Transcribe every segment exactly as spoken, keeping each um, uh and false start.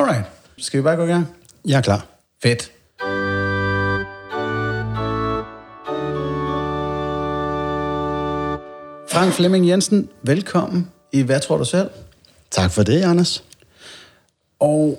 Alright. Skal vi bare gå i gang? Jeg er klar. Fedt. Frank Flemming Jensen, velkommen i Hvad tror du selv? Tak for det, Anders. Og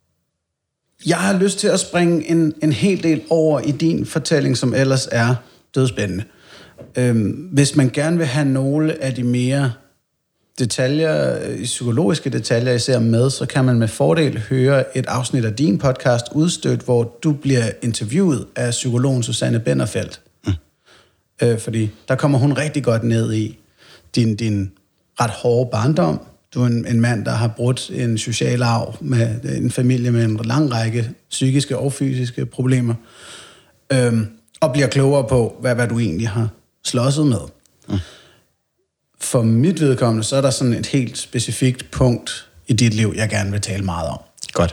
jeg har lyst til at springe en, en hel del over i din fortælling, som ellers er dødspændende. Øhm, hvis man gerne vil have nogle af de mere detaljer, psykologiske detaljer især med, så kan man med fordel høre et afsnit af din podcast Udstødt, hvor du bliver interviewet af psykologen Susanne Bennerfeldt. Mm. Øh, fordi der kommer hun rigtig godt ned i din, din ret hårde barndom. Du er en, en mand, der har brudt en social arv med en familie med en lang række psykiske og fysiske problemer. Øhm, og bliver klogere på, hvad, hvad du egentlig har slåsset med. Mm. For mit vedkommende, så er der sådan et helt specifikt punkt i dit liv, jeg gerne vil tale meget om. Godt.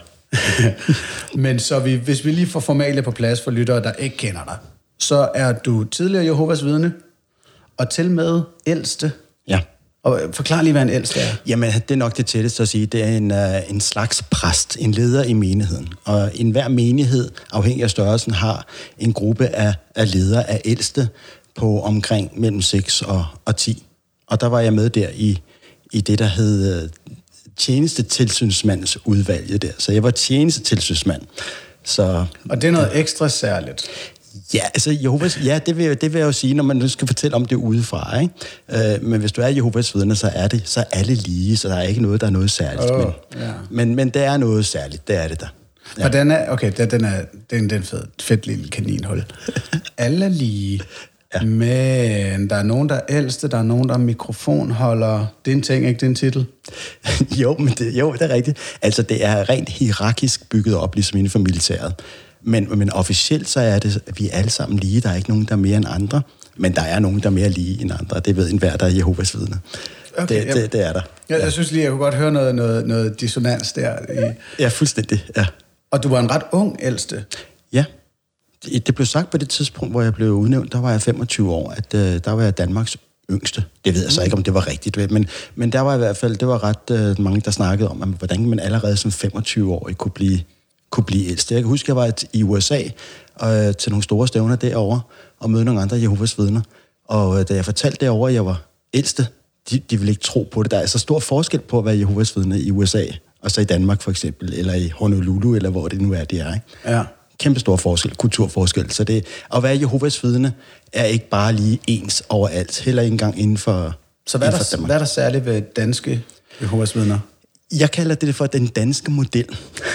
Men så vi, hvis vi lige får formalia på plads for lyttere, der ikke kender dig, så er du tidligere Jehovas vidne, og til med ældste. Ja. Og forklar lige, hvad en ældste er. Jamen, det er nok det tætteste at sige. Det er en, uh, en slags præst, en leder i menigheden. Og enhver menighed, afhængig af størrelsen, har en gruppe af, af ledere af ældste på omkring mellem seks og, og ti. Og der var jeg med der i, i det, der hed uh, tjenestetilsynsmands udvalget der. Så jeg var tjenestetilsynsmand. Så, og det er noget ekstra særligt. Ja, altså Jehovas, ja, det vil, det vil jeg jo sige, når man nu skal fortælle om det udefra, ikke? Øh, men hvis du er Jehovas vidner, så er det, så er alle lige, så der er ikke noget, der er noget særligt. Oh, men, ja. men, men det er noget særligt, det er det der. Ja. Hvordan er, okay, den er, den er en fed, fedt lille kaninhul. Alle er lige, ja. Men der er nogen, der er ældste, der er nogen, der er mikrofonholder. Det er en ting, ikke? Det er en titel. jo, men det, jo, det er rigtigt. Altså, det er rent hierarkisk bygget op, ligesom inden for militæret. Men, men officielt så er det, at vi er alle sammen lige. Der er ikke nogen, der er mere end andre. Men der er nogen, der er mere lige end andre. Det ved enhver, der er Jehovas vidne. Okay, det, det, det er der. Jeg, ja. jeg synes lige, jeg kunne godt høre noget, noget, noget dissonans der. I... Ja, fuldstændig, ja. Og du var en ret ung ældste. Ja. Det, det blev sagt på det tidspunkt, hvor jeg blev udnævnt, der var jeg femogtyve år, at uh, der var jeg Danmarks yngste. Det ved jeg så ikke, om det var rigtigt, men, men der var i hvert fald, det var ret uh, mange, der snakkede om, hvordan man allerede som femogtyve-årig kunne blive kunne blive ældste. Jeg kan huske, at jeg var i U S A øh, til nogle store stævner derovre og mødte nogle andre Jehovas vidner. Og øh, da jeg fortalte derovre, at jeg var ældste, de, de ville ikke tro på det. Der er så stor forskel på at være Jehovas vidne i U S A, og så i Danmark for eksempel, eller i Honolulu, eller hvor det nu er, det er. Ikke? Ja. Kæmpe stor forskel, kulturforskel. Så det, at være Jehovas vidne er ikke bare lige ens overalt, heller ikke engang inden for Så hvad er, der, hvad er der særligt ved danske Jehovas vidner? Jeg kalder det for den danske model.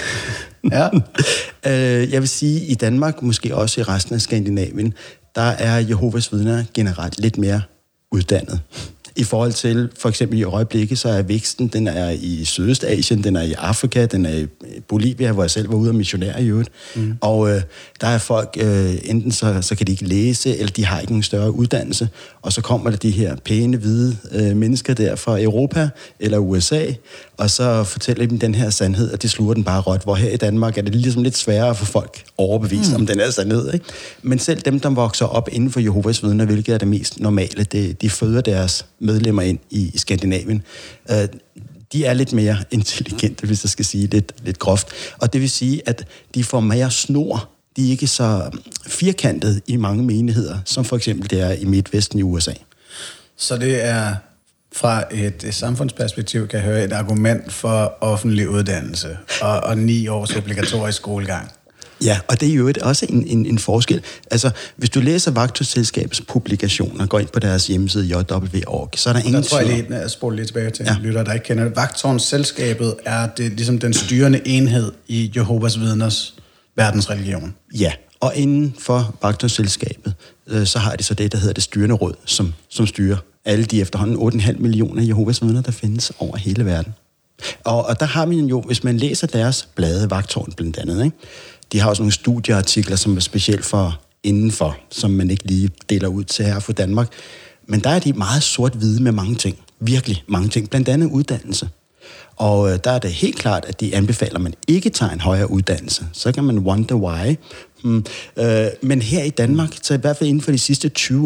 Ja. Jeg vil sige, i Danmark, måske også i resten af Skandinavien, der er Jehovas vidner generelt lidt mere uddannet. I forhold til, for eksempel i øjeblikket, så er væksten, den er i Sydøstasien, den er i Afrika, den er i Bolivia, hvor jeg selv var ude og missionær i øvrigt. Mm. Og øh, der er folk, øh, enten så, så kan de ikke læse, eller de har ikke en større uddannelse, og så kommer der de her pæne, hvide øh, mennesker der fra Europa eller U S A, og så fortæller dem den her sandhed, og de sluger den bare råt, hvor her i Danmark er det ligesom lidt sværere at få folk overbevist mm. om den her sandhed. Ikke? Men selv dem, der vokser op inden for Jehovas vidner, hvilket er det mest normale, det, de føder deres medlemmer ind i Skandinavien, øh, de er lidt mere intelligente, hvis jeg skal sige lidt, lidt groft. Og det vil sige, at de får mere snor. De er ikke så firkantede i mange menigheder, som for eksempel det er i Midtvesten i U S A. Så det er fra et samfundsperspektiv, kan jeg høre, et argument for offentlig uddannelse og, og ni års obligatorisk skolegang. Ja, og det er jo også en, en, en forskel. Altså, hvis du læser Vagtårnsselskabets publikationer, går ind på deres hjemmeside j w punktum org, så er der ingen... Der tror jeg lige, jeg spoler lidt tilbage til ja. lytter, der ikke kender det. Vagtårnsselskabet er det, ligesom den styrende enhed i Jehovas vidners verdensreligion. Ja, og inden for Vagtårnsselskabet, øh, så har de så det, der hedder det styrende råd, som, som styrer alle de efterhånden otte komma fem millioner Jehovas vidner, der findes over hele verden. Og, og der har vi jo, hvis man læser deres blade, Vagtårn blandt andet, ikke? De har også nogle studieartikler, som er specielt for indenfor, som man ikke lige deler ud til her for Danmark. Men der er de meget sort-hvide med mange ting. Virkelig mange ting. Blandt andet uddannelse. Og øh, der er det helt klart, at de anbefaler, at man ikke tager en højere uddannelse. Så kan man wonder why. Hmm. Øh, men her i Danmark, så i hvert fald inden for de sidste tyve år,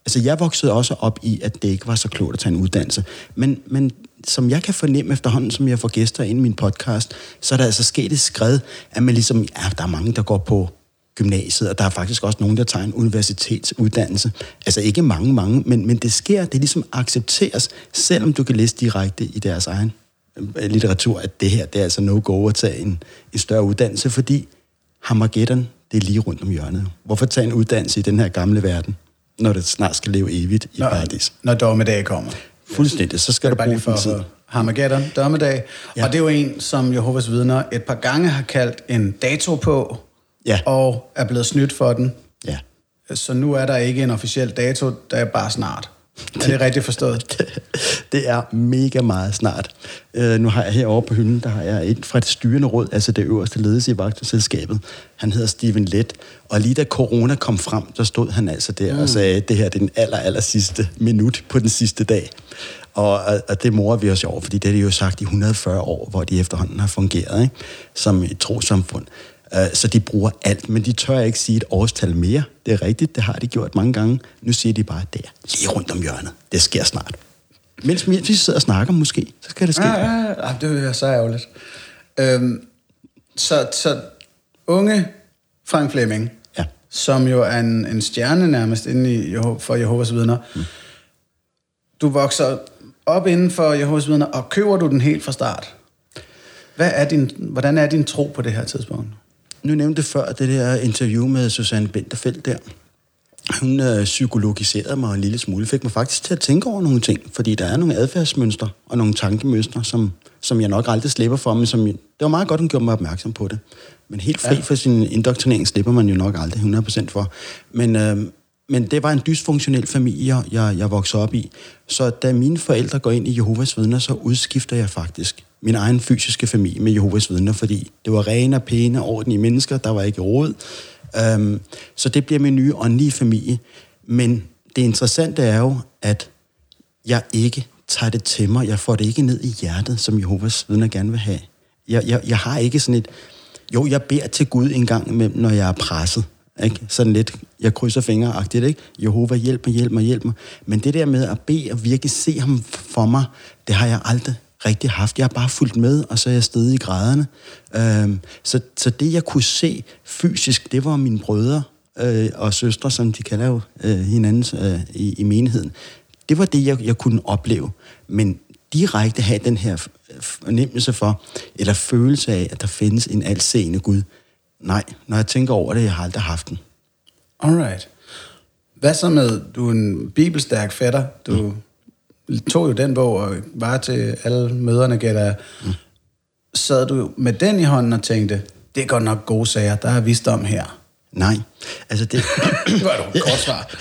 Altså, jeg voksede også op i, at det ikke var så klogt at tage en uddannelse. Men, men som jeg kan fornemme efterhånden, som jeg får gæster ind i min podcast, så er der altså sket et skred, at man ligesom, ja, der er mange, der går på gymnasiet, og der er faktisk også nogen, der tager en universitetsuddannelse. Altså ikke mange, mange, men, men det sker, det ligesom accepteres, selvom du kan læse direkte i deres egen litteratur, at det her, det er altså no-go at tage en, en større uddannelse, fordi Harmageddon, det er lige rundt om hjørnet. Hvorfor tage en uddannelse i den her gamle verden, når det snart skal leve evigt i når, paradis? Når dommedag kommer. Fuldstændig, så skal du bruge for, din tid. Harmageddon, dommedag, ja. Og det er jo en, som Jehovas vidner et par gange har kaldt en dato på, ja. Og er blevet snydt for den. Ja. Så nu er der ikke en officiel dato, der er bare snart. Er det rigtigt forstået? Det er mega meget snart. Uh, nu har jeg herovre på hylden, der har jeg et fra det styrende råd, altså det øverste ledelse i vagtselskabet. Han hedder Steven Lett, og lige da corona kom frem, så stod han altså der mm. og sagde, at det her det er den aller, aller sidste minut på den sidste dag. Og, og, og det morer vi os over, fordi det er det jo sagt i et hundrede og fyrre år, hvor de efterhånden har fungeret, ikke? Som et trossamfund. Så de bruger alt, men de tør ikke sige et årstal mere. Det er rigtigt, det har de gjort mange gange. Nu siger de bare, der, lige rundt om hjørnet. Det sker snart. Mens vi sidder og snakker måske, så skal det ske. Ja, ja, ja. Det er så ærgerligt. Øhm, så, så unge Frank Flemming, ja. Som jo er en, en stjerne nærmest inde i, for Jehovas vidner. Mm. Du vokser op inden for Jehovas vidner, og køber du den helt fra start? Hvad er din, hvordan er din tro på det her tidspunkt? Nu nævnte før det der interview med Susanne Benterfeldt der. Hun øh, psykologiserede mig en lille smule, fik mig faktisk til at tænke over nogle ting, fordi der er nogle adfærdsmønstre og nogle tankemønstre, som, som jeg nok aldrig slipper for, men som, det var meget godt, hun gjorde mig opmærksom på det. Men helt fri ja. For sin indoktrinering slipper man jo nok aldrig hundrede procent for. Men, øh, men det var en dysfunktionel familie, jeg, jeg voksede op i. Så da mine forældre går ind i Jehovas vidner, så udskifter jeg faktisk min egen fysiske familie med Jehovas vidner, fordi det var rene og pæne, ordentlige mennesker, der var ikke råd. Um, så det bliver min nye åndelige familie. Men det interessante er jo, at jeg ikke tager det til mig. Jeg får det ikke ned i hjertet, som Jehovas vidner gerne vil have. Jeg, jeg, jeg har ikke sådan et... Jo, jeg beder til Gud en gang imellem, når jeg er presset. Ikke? Sådan lidt, jeg krydser fingre-agtigt, ikke? Jehova, hjælp mig, hjælp mig, hjælp mig. Men det der med at bede og virkelig se ham for mig, det har jeg aldrig rigtig haft. Jeg har bare fulgt med, og så er jeg steget i graderne. Øhm, så, så det, jeg kunne se fysisk, det var mine brødre øh, og søstre, som de kalder jo øh, hinanden øh, i, i menigheden. Det var det, jeg, jeg kunne opleve. Men direkte have den her fornemmelse for, eller følelse af, at der findes en altseende Gud. Nej, når jeg tænker over det, jeg har aldrig haft den. Alright. Hvad så med, du er en bibelstærk fætter, du... Mm. tog jo den bog og var til alle møderne, gætter jeg. Mm. Sad du med den i hånden og tænkte, det er godt nok gode sager, der er visdom her? Nej, altså det... det var jo et kort svar.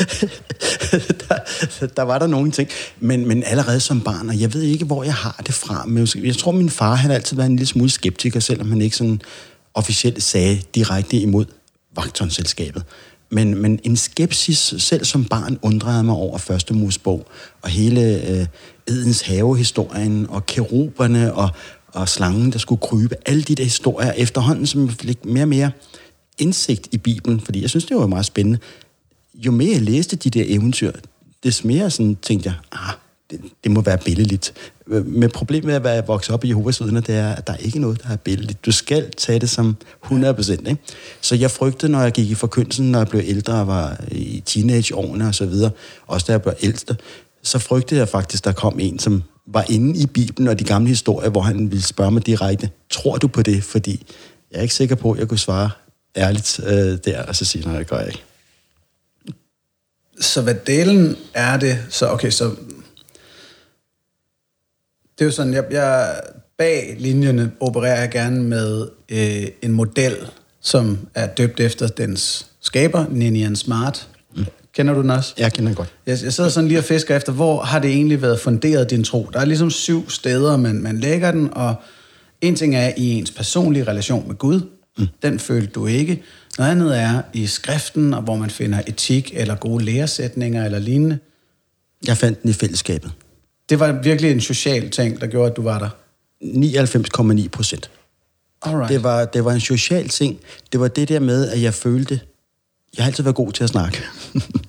der, der var der nogle ting, men, men allerede som barn, og jeg ved ikke, hvor jeg har det fra, men jeg tror, min far havde altid været en lille smule skeptiker, selvom han ikke sådan officielt sagde direkte imod Vagtåndsselskabet. Men, men en skepsis, selv som barn, undrede mig over Første Mosebog, og hele øh, Edens have-historien, og keruberne, og, og slangen, der skulle krybe. Alle de der historier, efterhånden, som jeg fik mere og mere indsigt i Bibelen, fordi jeg synes, det var meget spændende. Jo mere jeg læste de der eventyr, des mere sådan tænkte jeg, ah, det, det må være billedligt. Men problemet med at være vokset op i Jehovas vidner, det er, at der er ikke noget, der er billedligt. Du skal tage det som hundrede procent. Ikke? Så jeg frygtede, når jeg gik i forkyndelsen, når jeg blev ældre og var i teenageårene og så videre, også da jeg blev ældre, så frygtede jeg faktisk, der kom en, som var inde i Bibelen og de gamle historier, hvor han ville spørge mig direkte, tror du på det? Fordi jeg er ikke sikker på, at jeg kunne svare ærligt øh, der, og så sige, nej, det gør jeg ikke. Så hvad delen er det? Så okay, så... Det er jo sådan, jeg, jeg bag linjerne opererer jeg gerne med øh, en model, som er døbt efter dens skaber, Ninian Smart. Mm. Kender du den også? Jeg kender den godt. Jeg, jeg sidder sådan lige og fisker efter, hvor har det egentlig været funderet, din tro? Der er ligesom syv steder, man, man lægger den, og en ting er i ens personlige relation med Gud. Mm. Den følte du ikke. Noget andet er i skriften, og hvor man finder etik, eller gode læresætninger, eller lignende. Jeg fandt den i fællesskabet. Det var virkelig en social ting, der gjorde, at du var der? nioghalvfems komma ni procent. Det var, det var en social ting. Det var det der med, at jeg følte... Jeg har altid været god til at snakke.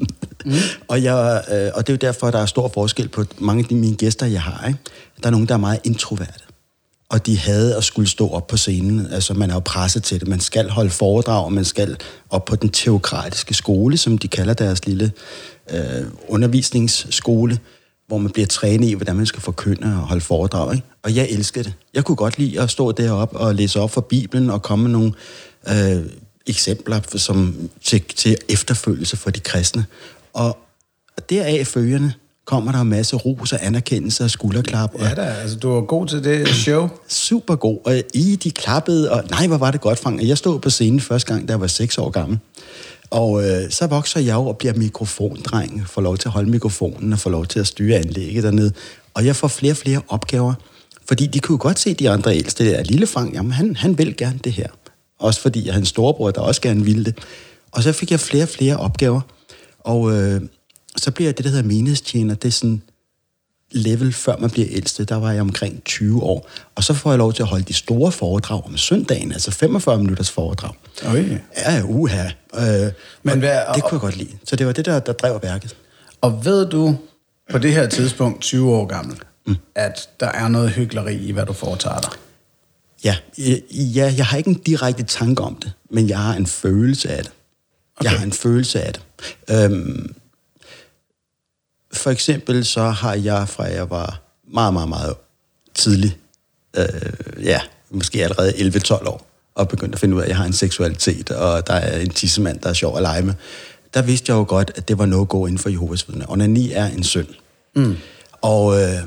Mm. og, jeg, øh, og det er jo derfor, der er stor forskel på mange af de mine gæster, jeg har. Ikke? Der er nogen, der er meget introverte. Og de havde at skulle stå op på scenen. Altså, man er jo presset til det. Man skal holde foredrag, og man skal op på den teokratiske skole, som de kalder deres lille øh, undervisningsskole, hvor man bliver trænet i, hvordan man skal forkynde og holde foredrag. Ikke? Og jeg elskede det. Jeg kunne godt lide at stå deroppe og læse op fra Bibelen og komme med nogle øh, eksempler som, til, til efterfølgelse for de kristne. Og deraf følgende kommer der en masse ros og anerkendelse og skulderklap. Ja da, altså du var god til det show. Super god. Og I, de klappede, og nej, hvor var det godt, Frank. Jeg stod på scenen første gang, da jeg var seks år gammel. Og øh, så vokser jeg jo og bliver mikrofondreng, får lov til at holde mikrofonen og får lov til at styre anlægget dernede. Og jeg får flere og flere opgaver, fordi de kunne godt se de andre ældste. Der lille Frank, jamen han, han vil gerne det her. Også fordi jeg har en storebror, der også gerne ville det. Og så fik jeg flere og flere opgaver, og øh, så bliver jeg det, der hedder menighedstjener. Det er sådan level, før man bliver ældste. Der var jeg omkring tyve år. Og så får jeg lov til at holde de store foredrag om søndagen, altså femogfyrre minutters foredrag. Oj. Ja, uha. Øh, Men hvad, og det kunne jeg godt lide. Så det var det, der, der drev værket. Og ved du på det her tidspunkt, tyve år gammel, mm. at der er noget hykleri i, hvad du foretager dig? Ja, ja, jeg har ikke en direkte tanke om det, men jeg har en følelse af det. Okay. Jeg har en følelse af det. Øhm, for eksempel så har jeg, fra jeg var meget, meget, meget tidlig, øh, ja, måske allerede elleve tolv år, og begyndt at finde ud af, at jeg har en seksualitet, og der er en tissemand, der er sjov at lege med. Der vidste jeg jo godt, at det var no-go inden for Jehovas vidner. Onani er en synd. Mm. Og øh,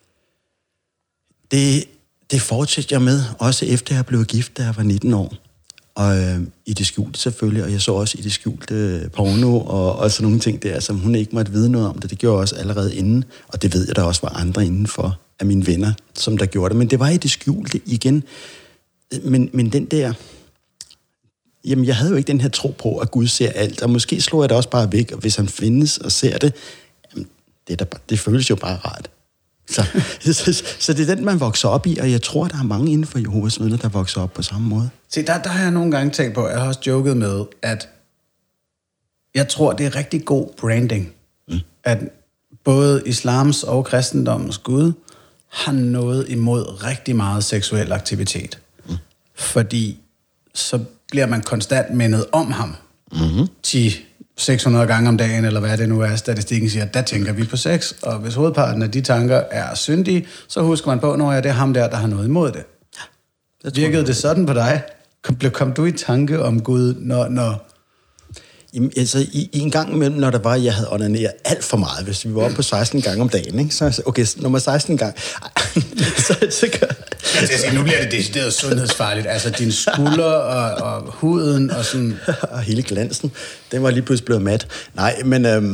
det, det fortsatte jeg med, også efter jeg blev gift, da jeg var nitten år. Og øh, i det skjulte selvfølgelig, og jeg så også i det skjulte øh, porno, og, og sådan nogle ting der, som hun ikke måtte vide noget om det. Det gjorde jeg også allerede inden, og det ved jeg, der også var andre indenfor af mine venner, som der gjorde det. Men det var i det skjulte igen. Men, men den der... Jamen, jeg havde jo ikke den her tro på, at Gud ser alt, og måske slår jeg det også bare væk, og hvis han findes og ser det, jamen, det, der, det føles jo bare rart. Så, så, så det er den, man vokser op i, og jeg tror, der er mange inden for Jehovas vidner, der vokser op på samme måde. Se, der, der har jeg nogle gange tænkt på, jeg har også joket med, at jeg tror, det er rigtig god branding, mm. at både islams og kristendommens Gud har noget imod rigtig meget seksuel aktivitet. Mm. Fordi så bliver man konstant mindet om ham. Mm-hmm. ti seks hundrede gange om dagen, eller hvad det nu er, statistikken siger, der tænker vi på sex, og hvis hovedparten af de tanker er syndige, så husker man på, når jeg det er ham der, der har noget imod det. Ja, det virkede det sådan på dig? Kom, kom du i tanke om Gud, når... når Jamen, altså, i, i en gang imellem, når der var, jeg havde onaneret alt for meget, hvis vi var oppe på seksten gange om dagen, ikke? Så okay, nummer seksten gang. så, så gør... sige, nu bliver det decideret sundhedsfarligt. Altså, din skulder og, og huden og sådan... og hele glansen, den var lige pludselig blevet mat. Nej, men... Øhm,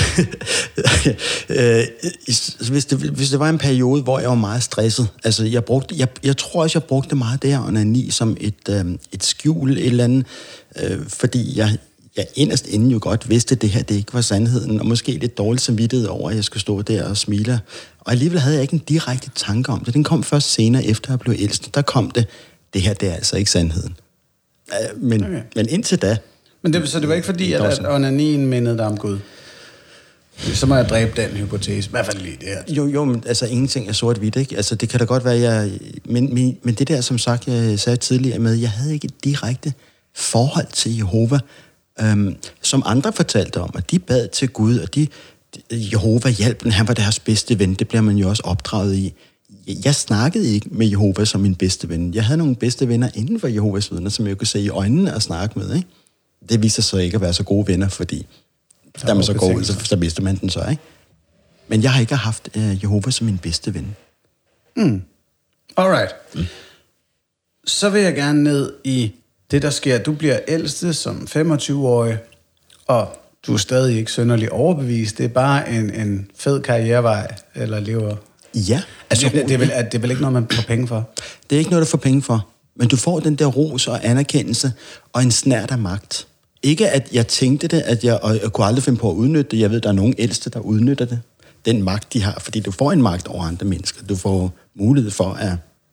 øh, hvis, det, hvis det var en periode, hvor jeg var meget stresset, altså, jeg brugte... Jeg, jeg tror også, jeg brugte meget det her onani som et, øhm, et skjul, et eller andet, øh, fordi jeg... jeg inderst inden jo godt vidste, at det her det ikke var sandheden, og måske lidt dårligt samvittighed over, at jeg skulle stå der og smile. Og alligevel havde jeg ikke en direkte tanke om det. Den kom først senere, efter jeg blev ældst. Der kom det, det her det er altså ikke sandheden. Men, okay. men indtil da... Men det, så det var ikke fordi, at, at onanien mindede dig om Gud? Så må jeg dræbe den hypotese. I hvert fald lige det her. Jo, jo, men altså ingenting er sort-hvidt, ikke? Altså det kan da godt være, jeg... Men, men, men det der, som sagt, jeg sagde tidligere med, jeg havde ikke et direkte forhold til Jehova, Øhm, som andre fortalte om, at de bad til Gud, og de, Jehova hjalp, han var deres bedste ven, det bliver man jo også opdraget i. Jeg snakkede ikke med Jehova som min bedste ven. Jeg havde nogle bedste venner inden for Jehovas vidner, som jeg kunne se i øjnene og snakke med, ikke? Det viste sig så ikke at være så gode venner, fordi så da man så går ud, så, så vidste man den så, ikke? Men jeg har ikke haft uh, Jehova som min bedste ven. Mm. Alright. Mm. Så vil jeg gerne ned i det, der sker. Du bliver ældste som femogtyve-årig, og du er stadig ikke synderligt overbevist. Det er bare en, en fed karrierevej, eller lever... Ja. Altså, det, det, er vel, det er vel ikke noget, man får penge for? Det er ikke noget, du får penge for. Men du får den der ros og anerkendelse, og en snert af magt. Ikke at jeg tænkte det, at jeg, og jeg kunne aldrig finde på at udnytte det. Jeg ved, der er nogen ældste, der udnytter det. Den magt, de har. Fordi du får en magt over andre mennesker. Du får mulighed for at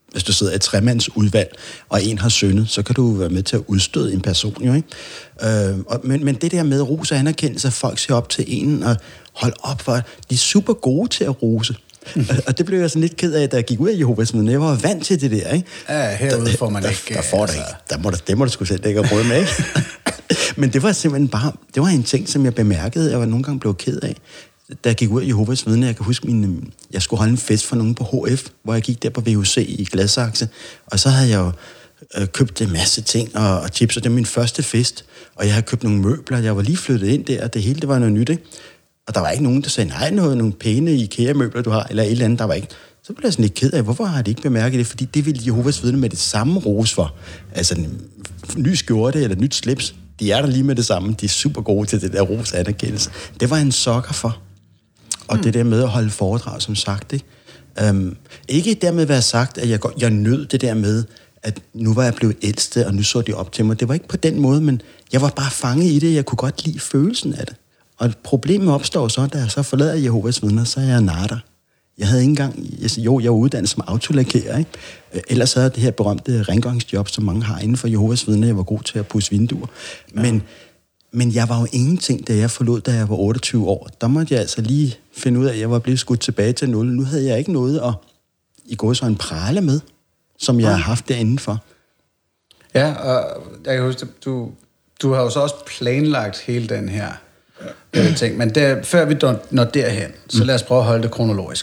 hvis du sidder i et tremandsudvalg, og en har syndet, så kan du være med til at udstøde en person, jo, ikke? Øh, og, men, men det der med ros og anerkendelse, at folk ser op til en, og hold op for, de er super gode til at rose. Og det blev jeg sådan lidt ked af, da jeg gik ud af Jehovas Vidner. Jeg var vant til det der, ikke? Ja, herude får man der, ikke... Der, der får altså... det ikke. Der må du, det må du sgu selv ikke have prøvet med, ikke? Men det var simpelthen bare... Det var en ting, som jeg bemærkede, jeg var nogle gange blevet ked af. Da jeg gik ud af Jehovas Vidner, jeg kan huske, min, jeg skulle holde en fest for nogen på H F, hvor jeg gik der på V U C i Gladsaxe, og så havde jeg jo øh, købt en masse ting og, og chips, og det var min første fest, og jeg havde købt nogle møbler, jeg var lige flyttet ind der, og det hele, det var noget nyt, ikke? Og der var ikke nogen, der sagde, nej, noget, nogle pæne IKEA-møbler, du har, eller et eller andet, der var ikke. Så blev jeg sådan lidt ked af, hvorfor har de ikke bemærket det? Fordi det ville Jehovas Vidner med det samme rose for. Altså en ny skjorte eller nyt slips, de er der lige med det samme. De er super gode til det der rose anerkendelse. Det var en sokker for. Og mm. det der med at holde foredrag, som sagt, ikke? Um, ikke dermed være sagt, at jeg, jeg nød det der med, at nu var jeg blevet ældste, og nu så de op til mig. Det var ikke på den måde, men jeg var bare fanget i det. Jeg kunne godt lide følelsen af det. Og problemet opstår så, da jeg så forlader Jehovas Vidner, så er jeg natter. Jeg havde ikke engang... Jo, jeg var uddannet som autolakerer, ikke? Ellers havde jeg det her berømte rengøringsjob, som mange har inden for Jehovas Vidner. Jeg var god til at pudse vinduer. Ja. Men, men jeg var jo ingenting, da jeg forlod, da jeg var otteogtyve år. Der måtte jeg altså lige finde ud af, at jeg var blevet skudt tilbage til nul. Nu havde jeg ikke noget at i går så en prale med, som jeg ja. har haft derinde for. Ja, og jeg kan huske, du, du har jo så også planlagt hele den her øh, ting, men der, før vi når derhen, så lad os prøve at holde det kronologisk.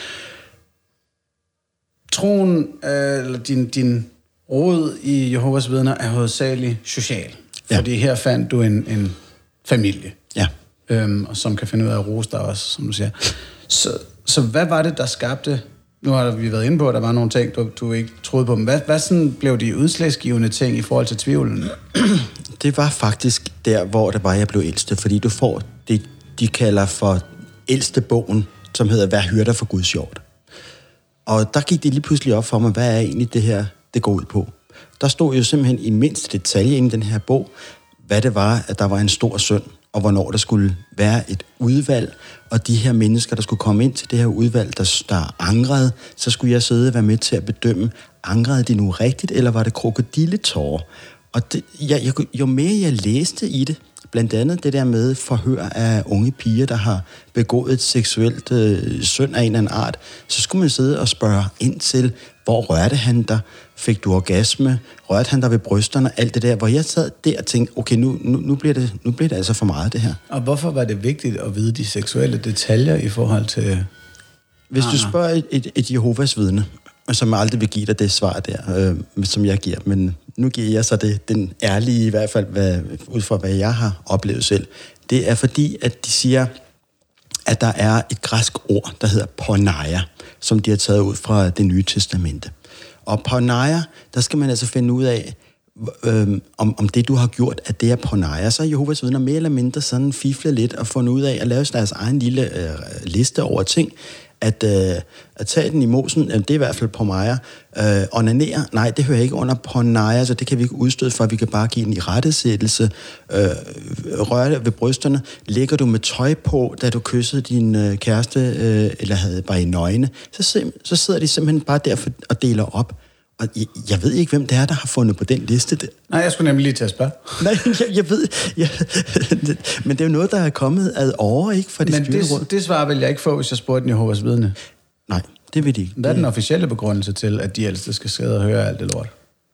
Troen, øh, eller din, din rod i Jehovas Vidner er hovedsageligt social. Ja. Fordi her fandt du en, en familie, ja. øhm, som kan finde ud af at rose dig også, som du siger. Så, så hvad var det, der skabte... Nu har vi været inde på, at der var nogle ting, du, du ikke troede på. Men hvad, hvad sådan blev de udslagsgivende ting i forhold til tvivlen? Det var faktisk der, hvor det var, jeg blev ældste. Fordi du får det, de kalder for ældste bogen, som hedder Vær hyrder for Guds hjort. Og der gik det lige pludselig op for mig, hvad er egentlig det her, det går ud på. Der stod jo simpelthen i mindst detalje i den her bog, hvad det var, at der var en stor synd, og hvornår der skulle være et udvalg, og de her mennesker, der skulle komme ind til det her udvalg, der, der angrede, så skulle jeg sidde og være med til at bedømme, angrede de nu rigtigt, eller var det krokodilletårer? Og det, jeg, jeg, jo mere jeg læste i det, blandt andet det der med forhør af unge piger, der har begået et seksuelt øh, synd af en eller anden art, så skulle man sidde og spørge ind til, hvor rørte han dig? Fik du orgasme? Rørte han dig ved brysterne? Alt det der, hvor jeg sad der og tænkte, okay, nu, nu, nu, bliver det, nu bliver det altså for meget, det her. Og hvorfor var det vigtigt at vide de seksuelle detaljer i forhold til... Hvis du spørger et, et, et Jehovas vidne, som aldrig vil give dig det svar der, øh, som jeg giver, men nu giver jeg så det, den ærlige, i hvert fald hvad, ud fra hvad jeg har oplevet selv, det er fordi, at de siger, at der er et græsk ord, der hedder porneia, som de har taget ud fra det nye testamente. Og porneia, der skal man altså finde ud af, øh, om, om det, du har gjort, at det er porneia. Så er Jehovas vidner mere eller mindre sådan fiflet lidt og fundet ud af at lave deres egen lille øh, liste over ting, at, øh, at tage den i mosen, det er i hvert fald porneia. Øh, onanere, nej, det hører ikke under porneia, så det kan vi ikke udstøde for, vi kan bare give den i rettesættelse. Øh, røre ved brysterne. Ligger du med tøj på, da du kyssede din øh, kæreste, øh, eller havde bare i nøgne, så, så sidder de simpelthen bare der og deler op. Og jeg, jeg ved ikke, hvem det er, der har fundet på den liste. Der. Nej, jeg skulle nemlig lige til at spørge. Nej, jeg, jeg ved... Jeg, men det er jo noget, der er kommet ad over, ikke? For det men det, det svarer vil jeg ikke få, hvis jeg spurgte den Jehovas vidne. Nej, det vil de ikke. Hvad er den officielle begrundelse til, at de ældste skal sidde og høre alt det lort?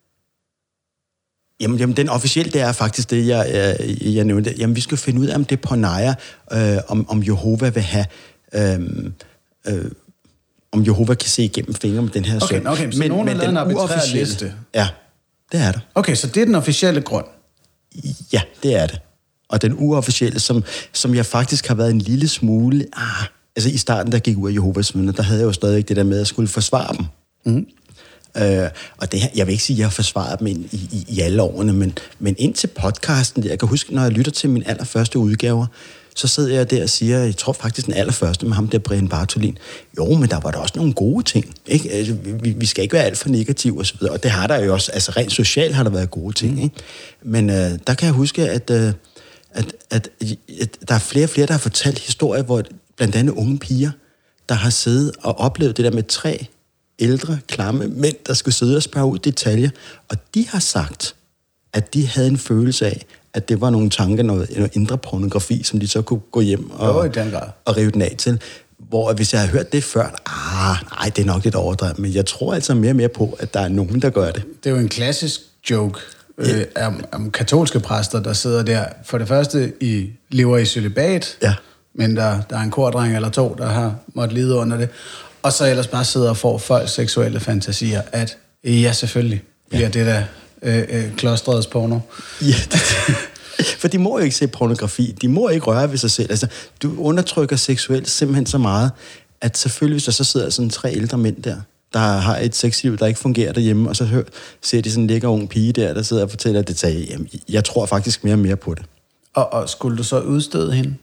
Jamen, jamen den officielle, det er faktisk det, jeg, jeg, jeg nævnte. Jamen, vi skal finde ud af, om det er porneia, øh, om, om Jehova vil have... Øh, øh, om Jehova kan se igennem fingre med den her okay, søn. Okay, så men, nogen har lavet en arbitrær liste? Ja, det er der. Okay, så det er den officielle grund? Ja, det er det. Og den uofficielle, som, som jeg faktisk har været en lille smule... Ah, altså i starten, der gik ud af Jehovas vidner, der havde jeg jo stadig det der med, at jeg skulle forsvare dem. Mm. Øh, og det her, jeg vil ikke sige, at jeg har forsvaret dem i, i, i alle årene, men, men indtil podcasten, der, jeg kan huske, når jeg lytter til min allerførste udgaver, så sidder jeg der og siger, jeg tror faktisk den allerførste med ham der, Brian Bartolin, jo, men der var der også nogle gode ting, ikke? Altså, vi, vi skal ikke være alt for negative og så videre, og det har der jo også, altså rent socialt har der været gode ting, ikke? Men øh, der kan jeg huske, at, øh, at, at, at der er flere og flere, der har fortalt historier, hvor blandt andet unge piger, der har siddet og oplevet det der med tre ældre, klamme mænd, der skulle sidde og spørge ud detaljer. Og de har sagt, at de havde en følelse af, at det var nogle tanker, noget, noget indre pornografi, som de så kunne gå hjem og, og rive den af til. Hvor hvis jeg havde hørt det før, ah, nej, det er nok lidt overdrevet, men jeg tror altså mere og mere på, at der er nogen, der gør det. Det er jo en klassisk joke øh, ja. om, om katolske præster, der sidder der. For det første, I lever i cølibat, ja. men der, der er en kordreng eller to, der har måttet lide under det. Og så ellers bare sidder og får folks seksuelle fantasier, at ja, selvfølgelig bliver ja. det der øh, øh, klostrets porno. Ja, det, for de må jo ikke se pornografi. De må ikke røre ved sig selv. Altså, du undertrykker seksuelt simpelthen så meget, at selvfølgelig, hvis der så sidder sådan tre ældre mænd der, der har et sexliv, der ikke fungerer derhjemme, og så hør, ser de sådan en lækker ung pige der, der sidder og fortæller detaljer. Jamen, jeg tror faktisk mere og mere på det. Og, og skulle du så udstøde hende?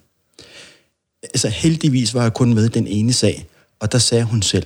Altså, heldigvis var jeg kun med den ene sag, og der sagde hun selv,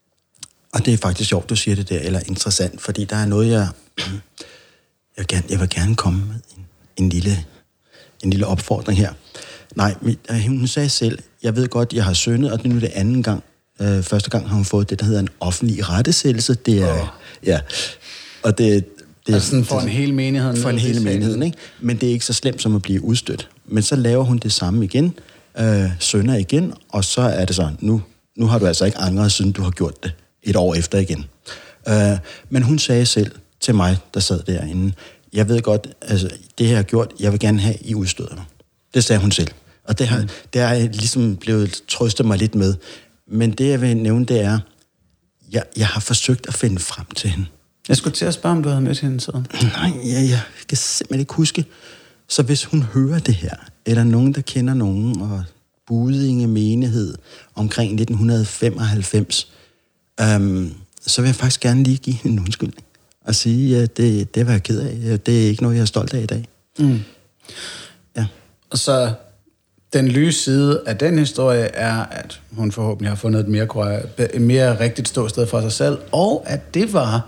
og det er faktisk sjovt, du siger det der, eller interessant, fordi der er noget, jeg, jeg, vil, gerne, jeg vil gerne komme med en, en, lille, en lille opfordring her. Nej, hun sagde selv, jeg ved godt, jeg har syndet, og det er nu det anden gang. Øh, første gang har hun fået det, der hedder en offentlig rettesættelse. Det er, oh. ja, og det, det altså sådan for en hel menighed. For en hel menighed, ikke? Men det er ikke så slemt som at blive udstødt. Men så laver hun det samme igen, øh, synder igen, og så er det sådan, nu, nu har du altså ikke angret, siden du har gjort det et år efter igen. Øh, men hun sagde selv til mig, der sad derinde, jeg ved godt, altså det her jeg har gjort, jeg vil gerne have, I udstøder mig. Det sagde hun selv. Og det har, mm. det har jeg ligesom blevet trøstet mig lidt med. Men det, jeg vil nævne, det er, jeg, jeg har forsøgt at finde frem til hende. Jeg skulle til at spørge, om du havde mødt hende sådan. Nej, jeg, jeg kan simpelthen ikke huske. Så hvis hun hører det her, eller nogen, der kender nogen, og Budinge menighed omkring nitten femoghalvfems, øhm, så vil jeg faktisk gerne lige give hende en undskyldning. Og sige, at det, det var jeg ked af. Det er ikke noget, jeg er stolt af i dag. Mm. Ja. Og så den lyse side af den historie er, at hun forhåbentlig har fundet et mere, et mere rigtigt ståsted for sig selv, og at det var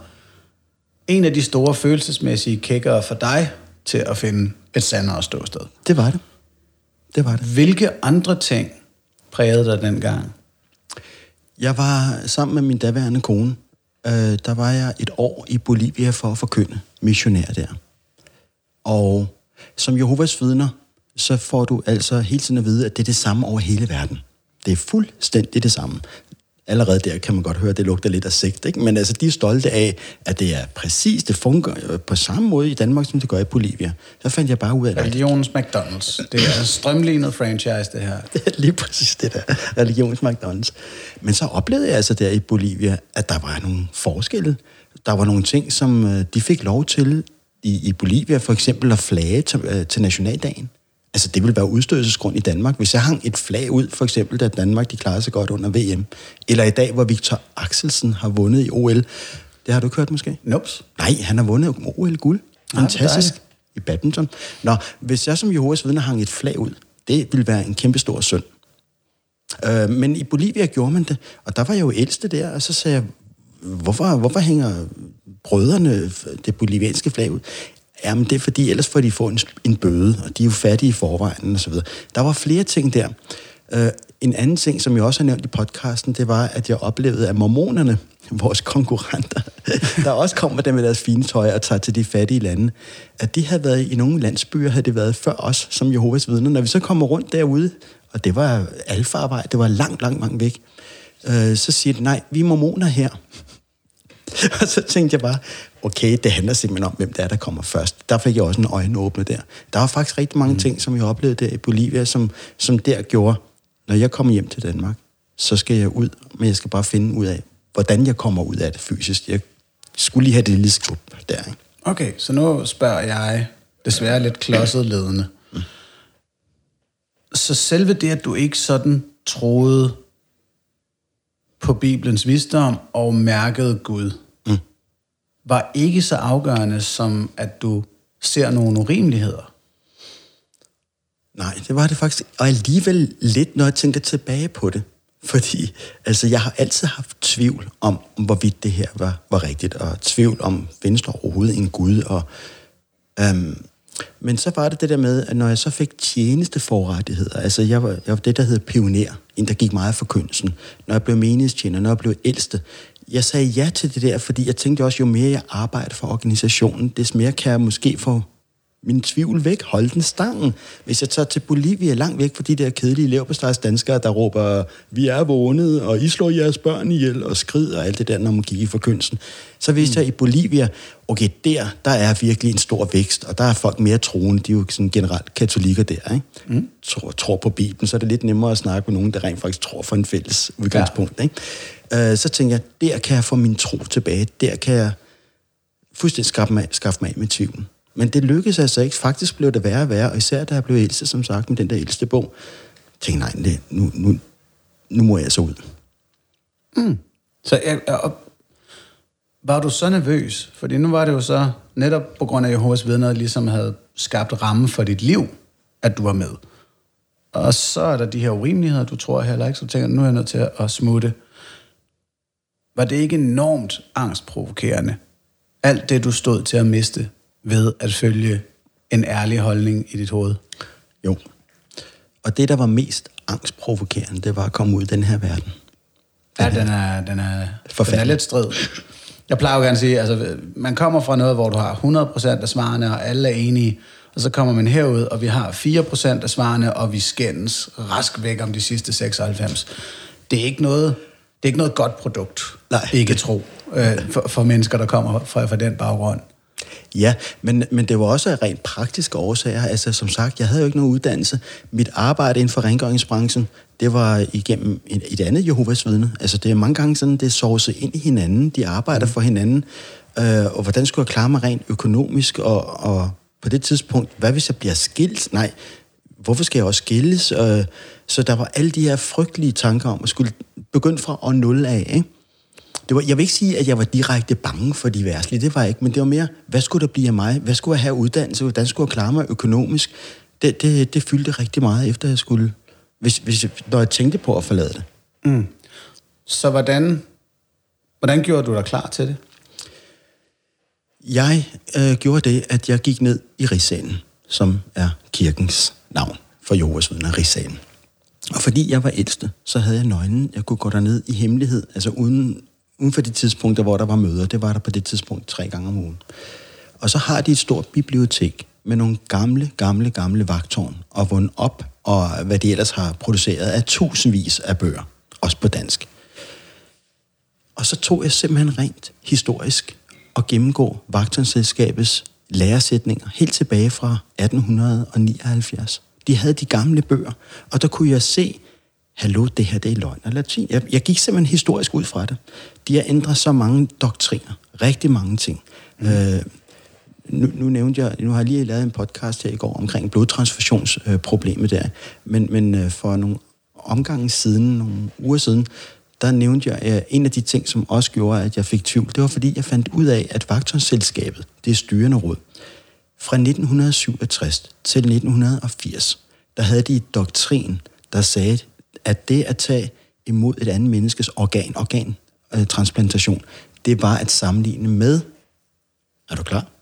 en af de store følelsesmæssige kickere for dig til at finde et sandere ståsted. Det var det. Det var det. Hvilke andre ting prægede dig dengang? Jeg var sammen med min daværende kone. Øh, der var jeg et år i Bolivia for at forkynde missionær der. Og som Jehovas vidner, så får du altså hele tiden at vide, at det er det samme over hele verden. Det er fuldstændig det samme. Allerede der kan man godt høre, at det lugter lidt af sigt, ikke? Men altså, de er stolte af, at det er præcis, det fungerer på samme måde i Danmark, som det gør i Bolivia. Så fandt jeg bare ud af det. Religionens McDonald's. Det er strømlignet franchise, det her. Det er lige præcis det der. Religionens McDonald's. Men så oplevede jeg altså der i Bolivia, at der var nogle forskelle. Der var nogle ting, som de fik lov til i, i Bolivia, for eksempel at flage til, til nationaldagen. Altså, det ville være udstødelsesgrund i Danmark. Hvis jeg hang et flag ud, for eksempel, da Danmark de klarede sig godt under V M, eller i dag, hvor Victor Axelsen har vundet i O L. Det har du ikke hørt måske? Nope. Nej, han har vundet O L-guld. Fantastisk. Nej, i badminton. Nå, hvis jeg som Jehovas vidner hang et flag ud, det ville være en kæmpe stor synd. Øh, men i Bolivia gjorde man det, og der var jeg jo ældste der, og så sagde jeg, hvorfor, hvorfor hænger brødrene det bolivianske flag ud? Jamen, det er fordi, ellers får de få en, en bøde, og de er jo fattige i forvejen, og så videre. Der var flere ting der. Uh, en anden ting, som jeg også har nævnt i podcasten, det var, at jeg oplevede, at mormonerne, vores konkurrenter, der også kommer der med deres fine tøj og tager til de fattige lande, at de havde været i nogle landsbyer, havde det været før os, som Jehovas vidner. Når vi så kommer rundt derude, og det var alfarvej, det var langt, langt, langt væk, uh, så siger de, nej, vi er mormoner her. Og så tænkte jeg bare, okay, det handler simpelthen om, hvem det er, der kommer først. Der fik jeg også en øjenåbner der. Der var faktisk rigtig mange mm. ting, som jeg oplevede der i Bolivia, som, som der gjorde, når jeg kommer hjem til Danmark, så skal jeg ud, men jeg skal bare finde ud af, hvordan jeg kommer ud af det fysisk. Jeg skulle lige have det lille skub der, ikke? Okay, så nu spørger jeg desværre lidt klodset ledende. Mm. Så selve det, at du ikke sådan troede på Bibelens visdom og mærkede Gud, mm. var ikke så afgørende, som at du ser nogle urimeligheder. Nej, det var det faktisk. Og alligevel lidt, når jeg tænker tilbage på det. Fordi altså, jeg har altid haft tvivl om, hvorvidt det her var, var rigtigt, og tvivl om, findes der overhovedet en Gud. Og, øhm, men så var det det der med, at når jeg så fik tjenesteforrettigheder, altså jeg var, jeg var det, der hed pioner, en der gik meget for kønnelsen, når jeg blev menighedstjener, når jeg blev ældste, Jeg sagde ja til det der, fordi jeg tænkte også, jo mere jeg arbejder for organisationen, des mere kan jeg måske få min tvivl væk, holde den stangen. Hvis jeg tager til Bolivia langt væk fra de der kedelige leverpostejsdanskere, der råber, vi er vågnet, og I slår jeres børn ihjel, og skrider og alt det der, når man gik i forkyndelsen. Så vidste mm. jeg i Bolivia, okay, der, der er virkelig en stor vækst, og der er folk mere troende, de er jo sådan generelt katolikker der, ikke? Mm. Tror, tror på Bibelen, så er det lidt nemmere at snakke med nogen, der rent faktisk tror for en fælles udgangspunkt, ja. Ikke? Uh, så tænker jeg, der kan jeg få min tro tilbage, der kan jeg fuldstændig skaffe mig, skaffe mig af med tvivlen. Men det lykkedes altså ikke. Faktisk blev det værre og værre, og især da jeg blev ældste, som sagt, med den der ældste bog. Jeg tænkte, nej, det, nu, nu, nu må jeg så ud. Mm. Så jeg, og, var du så nervøs? Fordi nu var det jo så netop på grund af Jehovas vidner, ligesom havde skabt ramme for dit liv, at du var med. Og så er der de her urimeligheder, du tror heller ikke, så tænker nu er jeg nødt til at smutte. Var det ikke enormt angstprovokerende? Alt det, du stod til at miste ved at følge en ærlig holdning i dit hoved? Jo. Og det, der var mest angstprovokerende, det var at komme ud i den her verden. Den ja, her. den er, den, er, den er lidt strid. Jeg plejer jo gerne at sige, altså, man kommer fra noget, hvor du har hundrede procent af svarene, og alle er enige, og så kommer man herud, og vi har fire procent af svarene, og vi skændes rask væk om de sidste seksoghalvfems. Det er ikke noget, det er ikke noget godt produkt, Nej. Ikke tro, øh, for, for mennesker, der kommer fra, fra den baggrund. Ja, men, men det var også af rent praktiske årsager. Altså, som sagt, jeg havde jo ikke nogen uddannelse. Mit arbejde inden for rengøringsbranchen, det var igennem et, et andet Jehovas vidne. Altså, det er mange gange sådan, det er sovset ind i hinanden. De arbejder for hinanden. Øh, og hvordan skulle jeg klare mig rent økonomisk? Og, og på det tidspunkt, hvad hvis jeg bliver skilt? Nej, hvorfor skal jeg også skilles? Øh, så der var alle de her frygtelige tanker om at skulle begynde fra år nul af, ikke? Det var, jeg vil ikke sige, at jeg var direkte bange for de værtslige, det var jeg ikke, men det var mere, hvad skulle der blive af mig? Hvad skulle jeg have uddannelse? Hvordan skulle jeg klare mig økonomisk? Det, det, det fyldte rigtig meget, efter jeg skulle, hvis, hvis, når jeg tænkte på at forlade det. Mm. Så hvordan, hvordan gjorde du dig klar til det? Jeg øh, gjorde det, at jeg gik ned i Rigssalen, som er kirkens navn for Jehovas vidner, Rigssalen. Og fordi jeg var ældste, så havde jeg nøglen. Jeg kunne gå derned i hemmelighed, altså uden... Uden for de tidspunkter, hvor der var møder, det var der på det tidspunkt tre gange om ugen. Og så har de et stort bibliotek med nogle gamle, gamle, gamle vagtårn, og vundet op, og hvad de ellers har produceret af tusindvis af bøger, også på dansk. Og så tog jeg simpelthen rent historisk og gennemgå vagtårnsselskabets læresætninger helt tilbage fra atten nioghalvfjerds. De havde de gamle bøger, og der kunne jeg se, hallo, det her, det er løgn og latin. Jeg, jeg gik simpelthen historisk ud fra det. De har ændret så mange doktriner. Rigtig mange ting. Mm. Øh, nu, nu nævnte jeg, nu har jeg lige lavet en podcast her i går omkring blodtransfusionsproblemet øh, der. Men, men øh, for nogle omgange siden, nogle uger siden, der nævnte jeg øh, en af de ting, som også gjorde, at jeg fik tvivl. Det var, fordi jeg fandt ud af, at vagtårnsselskabet, det er styrende råd, fra nitten syvogtres til nitten firs, der havde de et doktrin, der sagde, at det at tage imod et andet menneskes organ, organtransplantation, øh, det var at sammenligne med, er du klar?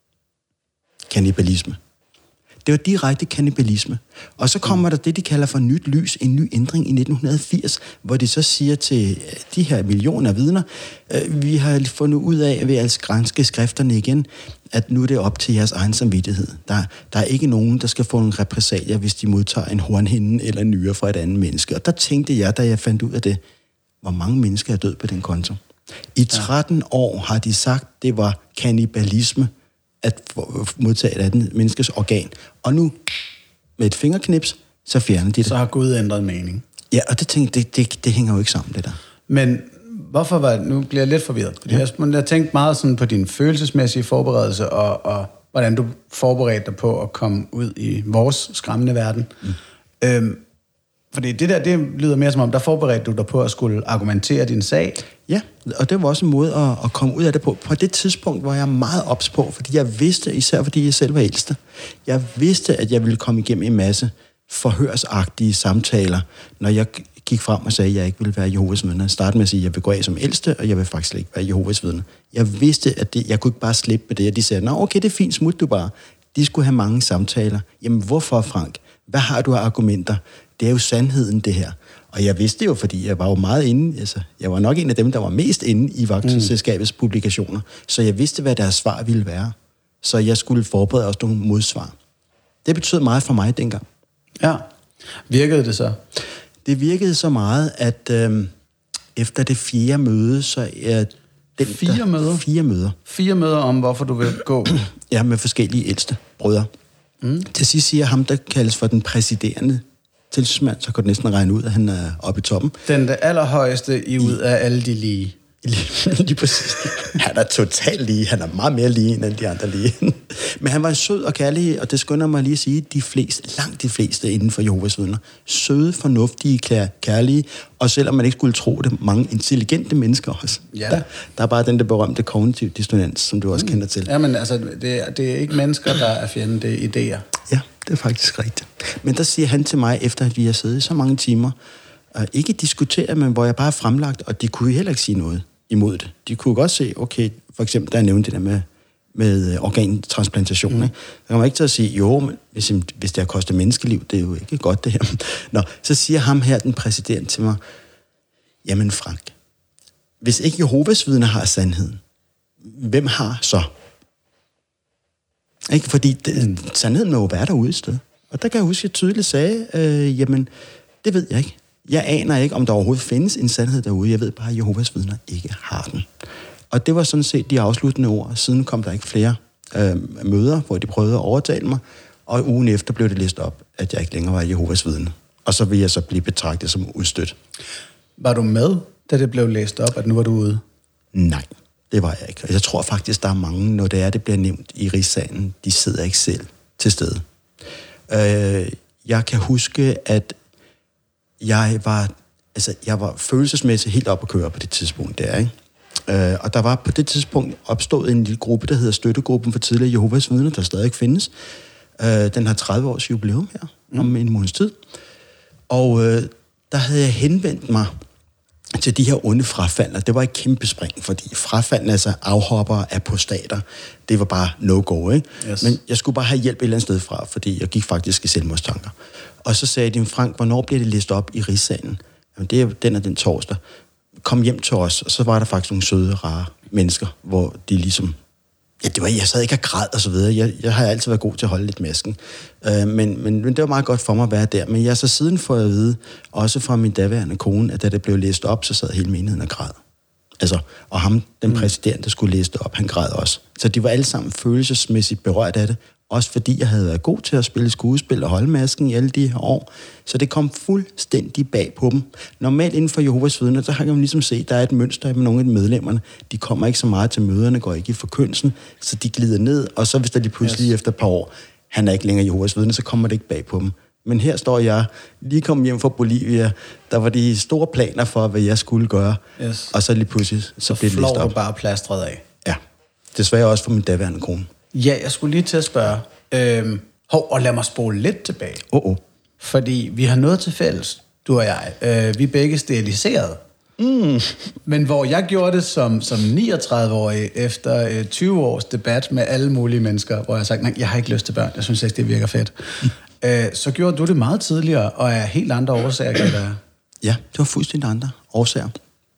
Kannibalisme. Det var direkte kannibalisme. Og så kommer der det, de kalder for nyt lys, en ny ændring i nitten firs, hvor de så siger til de her millioner af vidner, øh, vi har fundet ud af ved at granske skrifterne igen, at nu er det op til jeres egen samvittighed. Der, der er ikke nogen, der skal få en repressalier, hvis de modtager en hornhinde eller en nyre fra et andet menneske. Og der tænkte jeg, da jeg fandt ud af det, hvor mange mennesker er død på den konto. I tretten år har de sagt, det var kannibalisme at modtage et andet menneskes organ. Og nu, med et fingerknips, så fjerner de det. Så har Gud ændret mening. Ja, og det tænkte det, det, det hænger jo ikke sammen, det der. Men hvorfor var nu bliver jeg lidt forvirret? Fordi ja. jeg, jeg tænkte meget sådan på din følelsesmæssige forberedelse, og, og hvordan du forberedte dig på at komme ud i vores skræmmende verden. Mm. Øhm, fordi det der, det lyder mere som om, der forberedte du dig på at skulle argumentere din sag. Ja, og det var også en måde at, at komme ud af det på. På det tidspunkt var jeg meget ops på, fordi jeg vidste, især fordi jeg selv var ældste, jeg vidste, at jeg ville komme igennem en masse forhørsagtige samtaler, når jeg gik frem og sagde, at jeg ikke ville være Jehovas vidne. Jeg startede med at sige, at jeg vil gå af som ældste, og jeg vil faktisk ikke være Jehovas vidne. Jeg vidste, at det, jeg kunne ikke bare slippe med det, og de sagde, nå okay, det er fint, smut du bare. De skulle have mange samtaler. Jamen hvorfor, Frank? Hvad har du af argumenter? Det er jo sandheden, det her. Og jeg vidste det jo, fordi jeg var jo meget inde, altså, jeg var nok en af dem, der var mest inde i vagtselskabets mm. publikationer, så jeg vidste, hvad deres svar ville være. Så jeg skulle forberede også nogle modsvar. Det betød meget for mig dengang. Ja. Virkede det så? Det virkede så meget, at øh, efter det fjerde møde, så er den, fire der, møder? Fire møder. Fire møder om, hvorfor du vil gå? Ja, med forskellige ældste brødre. Mm. Til sidst siger ham, der kaldes for den præsiderende tilsynsmand, så kan du næsten regne ud, at han er oppe i toppen. Den der allerhøjeste i ud af alle de lige. Lige præcis. Han er totalt lige. Han er meget mere lige end alle de andre lige. Men han var sød og kærlig, og det skynder mig lige at sige, de fleste, langt de fleste inden for Jehovas vidner. Søde, fornuftige, kærlige, og selvom man ikke skulle tro det, mange intelligente mennesker også. Ja. Der, der er bare den der berømte kognitiv dissonans, som du også mm. kender til. Ja, men altså, det er, det er ikke mennesker, der er fjenden, det er idéer. Ja, det er faktisk rigtigt. Men der siger han til mig, efter at vi har siddet i så mange timer, og ikke diskutere, men hvor jeg bare er fremlagt, og de kunne heller ikke sige noget imod det. De kunne godt se, okay, for eksempel, der jeg nævnte det der med, med organtransplantation, mm. ikke? Der kommer ikke til at sige, jo, men hvis, hvis det har kostet menneskeliv, det er jo ikke godt det her. Nå, så siger ham her, den præsident, til mig, jamen Frank, hvis ikke Jehovas vidner har sandheden, hvem har så? Ikke? Fordi det, sandheden må jo være derude et sted. Og der kan jeg huske, at jeg tydeligt sagde, øh, jamen, det ved jeg ikke. Jeg aner ikke, om der overhovedet findes en sandhed derude. Jeg ved bare, at Jehovas vidner ikke har den. Og det var sådan set de afsluttende ord. Siden kom der ikke flere øh, møder, hvor de prøvede at overtale mig. Og ugen efter blev det læst op, at jeg ikke længere var Jehovas vidne. Og så ville jeg så blive betragtet som udstødt. Var du med, da det blev læst op, at nu var du ude? Nej, det var jeg ikke. Og jeg tror faktisk, der er mange, når det er, det bliver nævnt i rigssalen, de sidder ikke selv til stede. Øh, jeg kan huske, at jeg var, altså, jeg var følelsesmæssigt helt op at køre på det tidspunkt der, ikke? Øh, og der var på det tidspunkt opstået en lille gruppe, der hedder Støttegruppen for Tidligere Jehovas Vidner, der stadig findes. Øh, den har tredive års jubilæum her, mm. om en måneds tid. Og øh, der havde jeg henvendt mig til de her onde frafaldere. Det var et kæmpe spring, fordi frafaldene, altså afhoppere, apostater, det var bare no-go, ikke? Yes. Men jeg skulle bare have hjælp et eller andet sted fra, fordi jeg gik faktisk i selvmordstanker. Og så sagde de, Frank, hvornår bliver det læst op i rigssalen? Jamen, det er den og den torsdag. Kom hjem til os, og så var der faktisk nogle søde, rare mennesker, hvor de ligesom... Ja, det var, jeg sad ikke og græd og så videre. Jeg, jeg har altid været god til at holde lidt masken. Øh, men, men, men det var meget godt for mig at være der. Men jeg så siden får at vide, også fra min daværende kone, at da det blev læst op, så sad hele menigheden og græd. Altså, og ham, den præsident, der skulle læse det op, han græd også. Så de var alle sammen følelsesmæssigt berørt af det. Også fordi jeg havde været god til at spille skuespil og holde masken i alle de her år. Så det kom fuldstændig bag på dem. Normalt inden for Jehovas vidner, der har man ligesom set, der er et mønster med nogle af de medlemmerne. De kommer ikke så meget til møderne, går ikke i forkyndelsen, så de glider ned. Og så hvis der lige pludselig yes. efter et par år, han er ikke længere Jehovas vidner, så kommer det ikke bag på dem. Men her står jeg, lige kommet hjem fra Bolivia, der var de store planer for, hvad jeg skulle gøre. Yes. Og så lige pludselig, så, så blev det læst op. Så flår du bare plastret af. Ja, desværre også for min daværende kone. Ja, jeg skulle lige til at spørge. Øhm, hov, og lad mig spole lidt tilbage. Oh, oh. Fordi vi har noget til fælles, du og jeg. Øh, vi er begge steriliseret. Mm. Men hvor jeg gjorde det som, som niogtredive-årig efter øh, tyve års debat med alle mulige mennesker, hvor jeg har sagt, nej, jeg har ikke lyst til børn, jeg synes ikke, det virker fedt. Mm. Øh, så gjorde du det meget tidligere, og af helt andre årsager, kan der... Ja, det var fuldstændig andre årsager.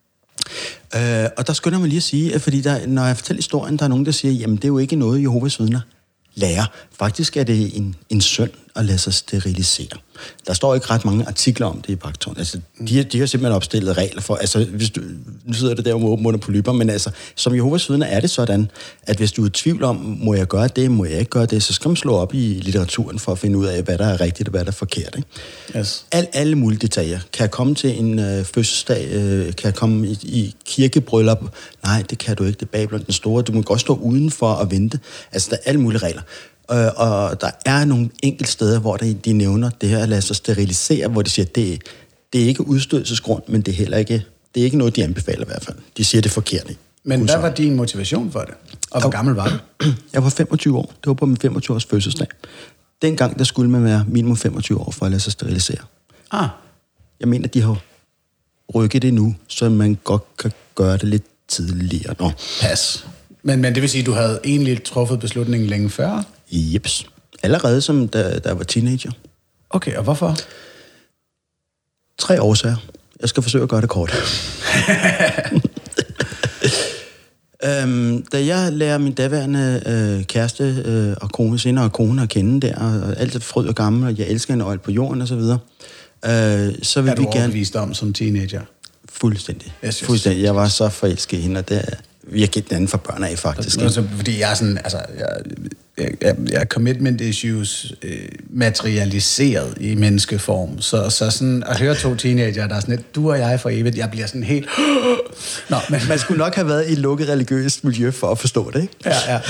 Øh, og der skynder man lige at sige, at fordi der, når jeg fortæller historien, der er nogen, der siger, jamen det er jo ikke noget, Jehovas vidner lærer. Faktisk er det en, en synd at lade sig sterilisere. Der står ikke ret mange artikler om det i Vagttårnet. Altså, de, de har simpelthen opstillet regler for, altså, hvis du, nu sidder det der med åben under polypper, men altså, som Jehovas vidner er det sådan, at hvis du er i tvivl om, må jeg gøre det, må jeg ikke gøre det, så skal man slå op i litteraturen for at finde ud af, hvad der er rigtigt og hvad der er forkert. Ikke? Yes. Al, alle mulige detaljer. Kan jeg komme til en øh, fødselsdag? Øh, kan jeg komme i, i kirkebryllup? Nej, det kan du ikke. Det er Babylon den store. Du må godt stå udenfor og vente. Altså, der er alle mulige regler. Øh, og der er nogle enkelte steder, hvor de, de nævner det her at lade sig sterilisere, hvor de siger, at det, det er ikke udstødelsesgrund, men det er heller ikke, det er ikke noget, de anbefaler i hvert fald. De siger det forkert. Men hvad var din motivation for det? Og hvor gammel var du? Jeg var femogtyve år. Det var på min femogtyve års fødselsdag. Dengang, der skulle man være minimum femogtyve år for at lade sig sterilisere. Ah. Jeg mener, de har rykket det nu, så man godt kan gøre det lidt tidligere. Nå. Pas. Men, men det vil sige, at du havde egentlig truffet beslutningen længe før? Jeps. Allerede som da, da jeg var teenager. Okay, og hvorfor? Tre årsager. Jeg skal forsøge at gøre det kort. øhm, da jeg lærer min daværende øh, kæreste øh, og kone, senere kone at kende der, og alt er fryd og gammel, og jeg elsker en øjle på jorden og så videre, øh, så vil er vi du gerne... overbevist om som teenager? Fuldstændig. Yes, yes. Fuldstændig. Jeg var så forelsket i hende, og det er... Vi har givet den anden for børn af, faktisk. Altså, fordi jeg er sådan, altså, jeg, jeg, jeg, jeg er commitment issues øh, materialiseret i menneskeform. Så, så sådan at høre to teenager, der er sådan lidt, du og jeg for evigt, jeg bliver sådan helt... Nå, men man skulle nok have været i et lukket religiøst miljø for at forstå det, ikke? Ja, ja.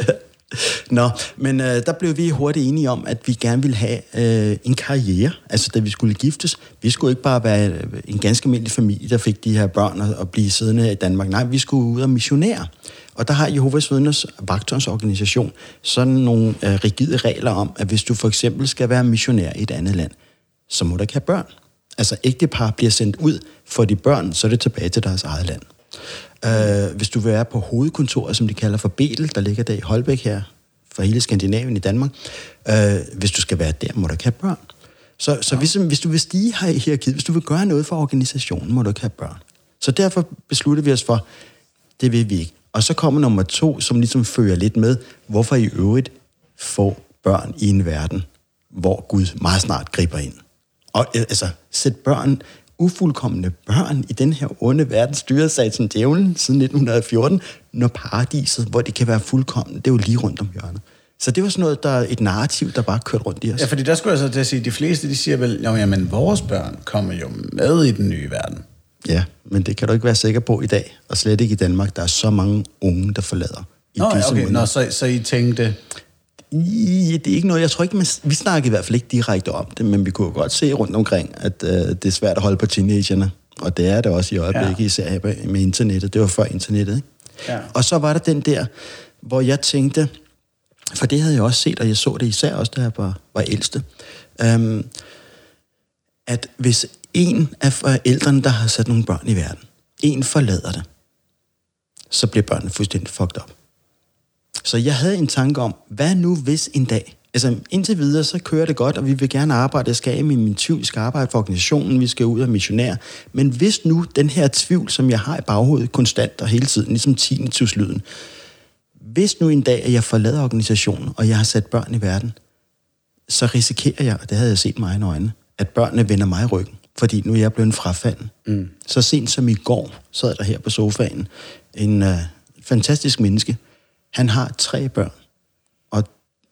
Nå, men øh, der blev vi hurtigt enige om, at vi gerne ville have øh, en karriere. Altså, da vi skulle giftes. Vi skulle ikke bare være en ganske almindelig familie, der fik de her børn og, og blive siddende her i Danmark. Nej, vi skulle ud og missionere. Og der har Jehovas Vidners vagtåndsorganisation sådan nogle øh, rigide regler om, at hvis du for eksempel skal være missionær i et andet land, så må du ikke have børn. Altså, ægtepar bliver sendt ud for de børn, så er det tilbage til deres eget land. Uh, hvis du vil være på hovedkontoret, som de kalder for Betel, der ligger der i Holbæk her, for hele Skandinavien i Danmark, uh, hvis du skal være der, må du ikke have børn. Så, så hvis, hvis du vil stige her i hierarkiet, hvis du vil gøre noget for organisationen, må du ikke have børn. Så derfor besluttede vi os for, det vil vi ikke. Og så kommer nummer to, som ligesom følger lidt med, hvorfor i øvrigt få børn i en verden, hvor Gud meget snart griber ind. Og altså, sæt børn, ufuldkommende børn i den her onde verden, styret sig som djævlen siden nitten fjorten, når paradiset, hvor det kan være fuldkommen, det er jo lige rundt om hjørnet. Så det var sådan noget, der er et narrativ, der bare kørte rundt i os. Ja, fordi der skulle jeg så til at sige, de fleste, de siger vel, jo, jamen, vores børn kommer jo med i den nye verden. Ja, men det kan du ikke være sikker på i dag, og slet ikke i Danmark. Der er så mange unge, der forlader. I Nå, disse okay, måneder. Nå, så, så I tænkte... I, det er ikke noget, jeg tror ikke, man, vi snakker i hvert fald ikke direkte om det, men vi kunne godt se rundt omkring, at øh, det er svært at holde på teenagerne, og det er det også i øjeblikket, ja. Især med internettet. Det var før internettet, ikke? Ja. Og så var der den der, hvor jeg tænkte, for det havde jeg også set, og jeg så det især også, da jeg var, var ældste, øhm, at hvis en af forældrene, der har sat nogle børn i verden, en forlader det, så bliver børnene fuldstændig fucked up. Så jeg havde en tanke om, hvad nu hvis en dag, altså indtil videre, så kører det godt, og vi vil gerne arbejde, jeg skal af med min tvivl, vi skal arbejde for organisationen, vi skal ud og missionere, men hvis nu den her tvivl, som jeg har i baghovedet konstant og hele tiden, ligesom tinnituslyden, hvis nu en dag, at jeg forlader organisationen, og jeg har sat børn i verden, så risikerer jeg, og det havde jeg set mig i øjnene, at børnene vender mig i ryggen, fordi nu er jeg blevet frafalden. Mm. Så sent som i går, sad der her på sofaen, en uh, fantastisk menneske. Han har tre børn, og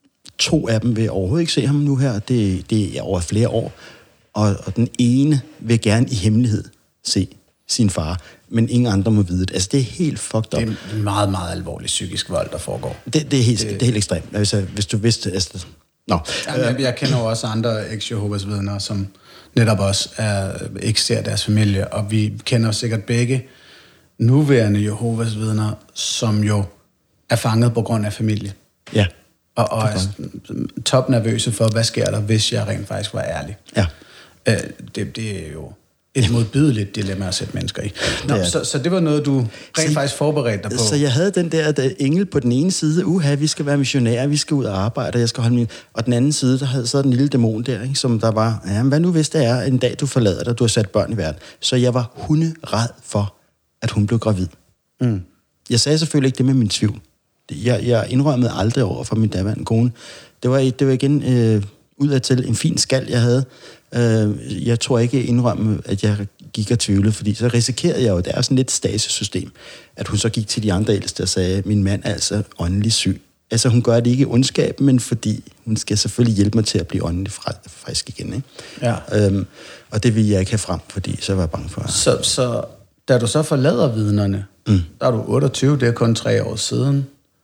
to af dem vil overhovedet ikke se ham nu her. Det, det er over flere år. Og, og den ene vil gerne i hemmelighed se sin far, men ingen andre må vide det. Altså, det er helt fucked up. Det er meget, meget alvorlig psykisk vold, der foregår. Det, det, er, helt, det, det er helt ekstremt. Altså, hvis du vidste... Altså, no. Jamen, jeg, jeg kender jo også andre eks-Jehovas vidner, som netop også er, ikke ser deres familie, og vi kender sikkert begge nuværende Jehovas vidner, som jo er fanget på grund af familie. Ja. Og, og er top nervøse for, hvad sker der, hvis jeg rent faktisk var ærlig. Ja. Øh, det, det er jo et modbydeligt dilemma at sætte mennesker i. Nå, det så, så det var noget, du rent så, faktisk forberedte dig på. Så jeg havde den der, der engel på den ene side, uha, vi skal være missionærer, vi skal ud og arbejde, og jeg skal holde min... Og den anden side, der havde så den lille dæmon der, ikke, som der var, ja, hvad nu hvis det er, en dag du forlader dig, du har sat børn i verden. Så jeg var hunderad for, at hun blev gravid. Mm. Jeg sagde selvfølgelig ikke det med min tvivl. Jeg, jeg indrømmede aldrig over for min daværende kone. Det var, det var igen øh, udadtil en fin skal, jeg havde. Øh, jeg tror ikke indrømme, at jeg gik og tvivlede, fordi så risikerede jeg jo, det er sådan lidt stasesystem, at hun så gik til de andre ældste og sagde, min mand er altså åndelig syg. Altså hun gør det ikke i ondskab, men fordi hun skal selvfølgelig hjælpe mig til at blive åndelig frisk igen. Ikke? Ja. Øhm, og det ville jeg ikke have frem, fordi så var jeg bange for. Så, så da du så forlader vidnerne, mm. der er du otteogtyve, det er kun tre år siden.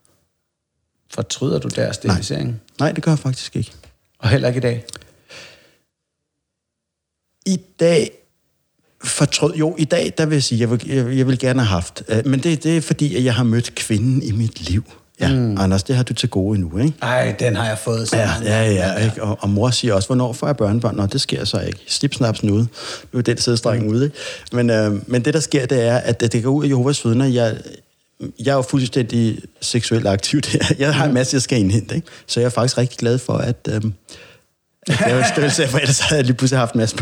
Fortryder du deres sterilisering? Nej. Nej, det gør jeg faktisk ikke. Og heller ikke i dag? I dag fortrød... Jo, i dag, der vil jeg sige, jeg vil, jeg, jeg vil gerne have haft. Men det, det er fordi, at jeg har mødt kvinden i mit liv. Ja, mm. Anders, det har du til gode endnu, ikke? Ej, den har jeg fået. Ja, ja, ja, ikke? Og, og mor siger også, hvornår får jeg børnebørn? Nå, det sker så ikke. Snip, snap, snude. Nu er den sædstrengen mm. ude, ikke? Men, øh, men det, der sker, det er, at det går ud af Jehovas vidner. Jeg... Jeg er jo fuldstændig seksuelt aktiv der. Jeg har en masse, jeg skal indhente, ikke? Så jeg er faktisk rigtig glad for, at... Øhm, at jeg var størrelse, for ellers havde jeg lige pludselig haft en masse.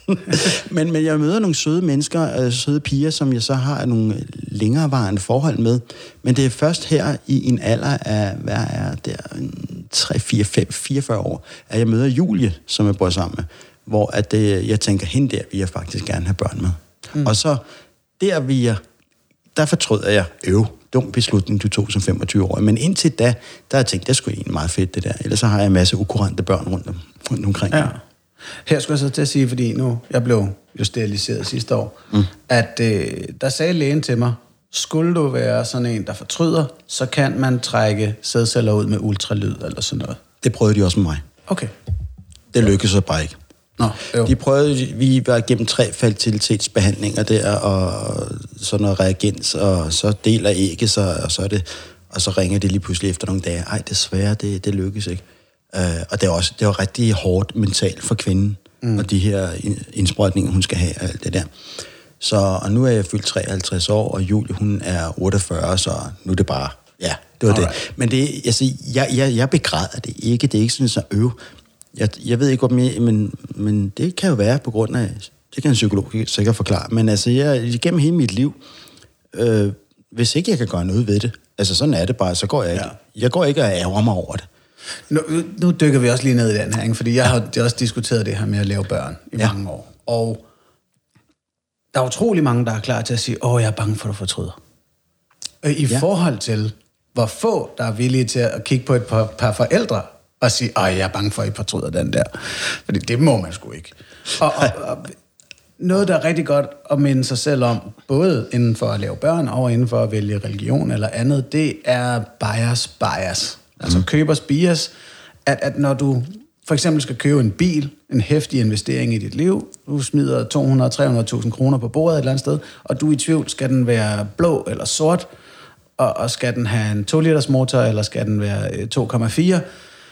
men, men jeg møder nogle søde mennesker, øh, søde piger, som jeg så har nogle længerevarende forhold med. Men det er først her i en alder af, hvad er der, tre, fire, fem, fireogfyrre år, at jeg møder Julie, som jeg bor sammen med, hvor at det, jeg tænker, hende der vil jeg faktisk gerne have børn med. Mm. Og så der vil jeg, der fortrød jeg, øv, dum beslutning, du tog som femogtyve-årig. Men indtil da, der har jeg tænkt, det skulle egentlig meget fedt, det der. Ellers så har jeg en masse ukurante børn rundt, om, rundt omkring. Ja. Her skulle jeg så til at sige, fordi nu, jeg blev jo steriliseret sidste år, mm. at øh, der sagde lægen til mig, skulle du være sådan en, der fortryder, så kan man trække sædceller ud med ultralyd eller sådan noget. Det prøvede de også med mig. Okay. Det lykkedes så bare ikke. Nå, jo. De prøvede, vi var igennem tre fertilitetsbehandlinger der, og sådan noget reagens, og så deler ægget sig, og så er det, og så ringer det lige pludselig efter nogle dage. Ej, desværre, det, det lykkes ikke. Uh, og det er også, det var rigtig hårdt mentalt for kvinden, mm. og de her indsprøjtninger, hun skal have, og alt det der. Så, og nu er jeg fyldt treoghalvtreds år, og Julie, hun er otteogfyrre, så nu er det bare, ja, det var Alright. det. Men det, altså, jeg, jeg, jeg begræder det ikke, det er ikke sådan så øv. Jeg, jeg ved ikke, hvor mere, men, men det kan jo være på grund af, det kan en psykolog sikkert forklare, men altså, jeg, igennem hele mit liv, øh, hvis ikke jeg kan gøre noget ved det, altså sådan er det bare, så går jeg ikke, ja. jeg går ikke og ærger mig over det. Nu, nu dykker vi også lige ned i den her, ikke? Fordi jeg har også diskuteret det her med at lave børn i ja. mange år, og der er utrolig mange, der er klar til at sige, åh, jeg er bange for, at du fortryder. I ja. forhold til, hvor få, der er villige til at kigge på et par, par forældre, og sige, åh, jeg er bange for, at I fortryder den der. Fordi det må man sgu ikke. Og, og, og noget, der er rigtig godt at minde sig selv om, både inden for at lave børn, og inden for at vælge religion eller andet, det er bias bias. Altså mm. købers bias, at, at når du for eksempel skal købe en bil, en heftig investering i dit liv, du smider to hundrede til tre hundrede tusind kroner på bordet et eller andet sted, og du er i tvivl, skal den være blå eller sort, og, og skal den have en to liters motor, eller skal den være to komma fire?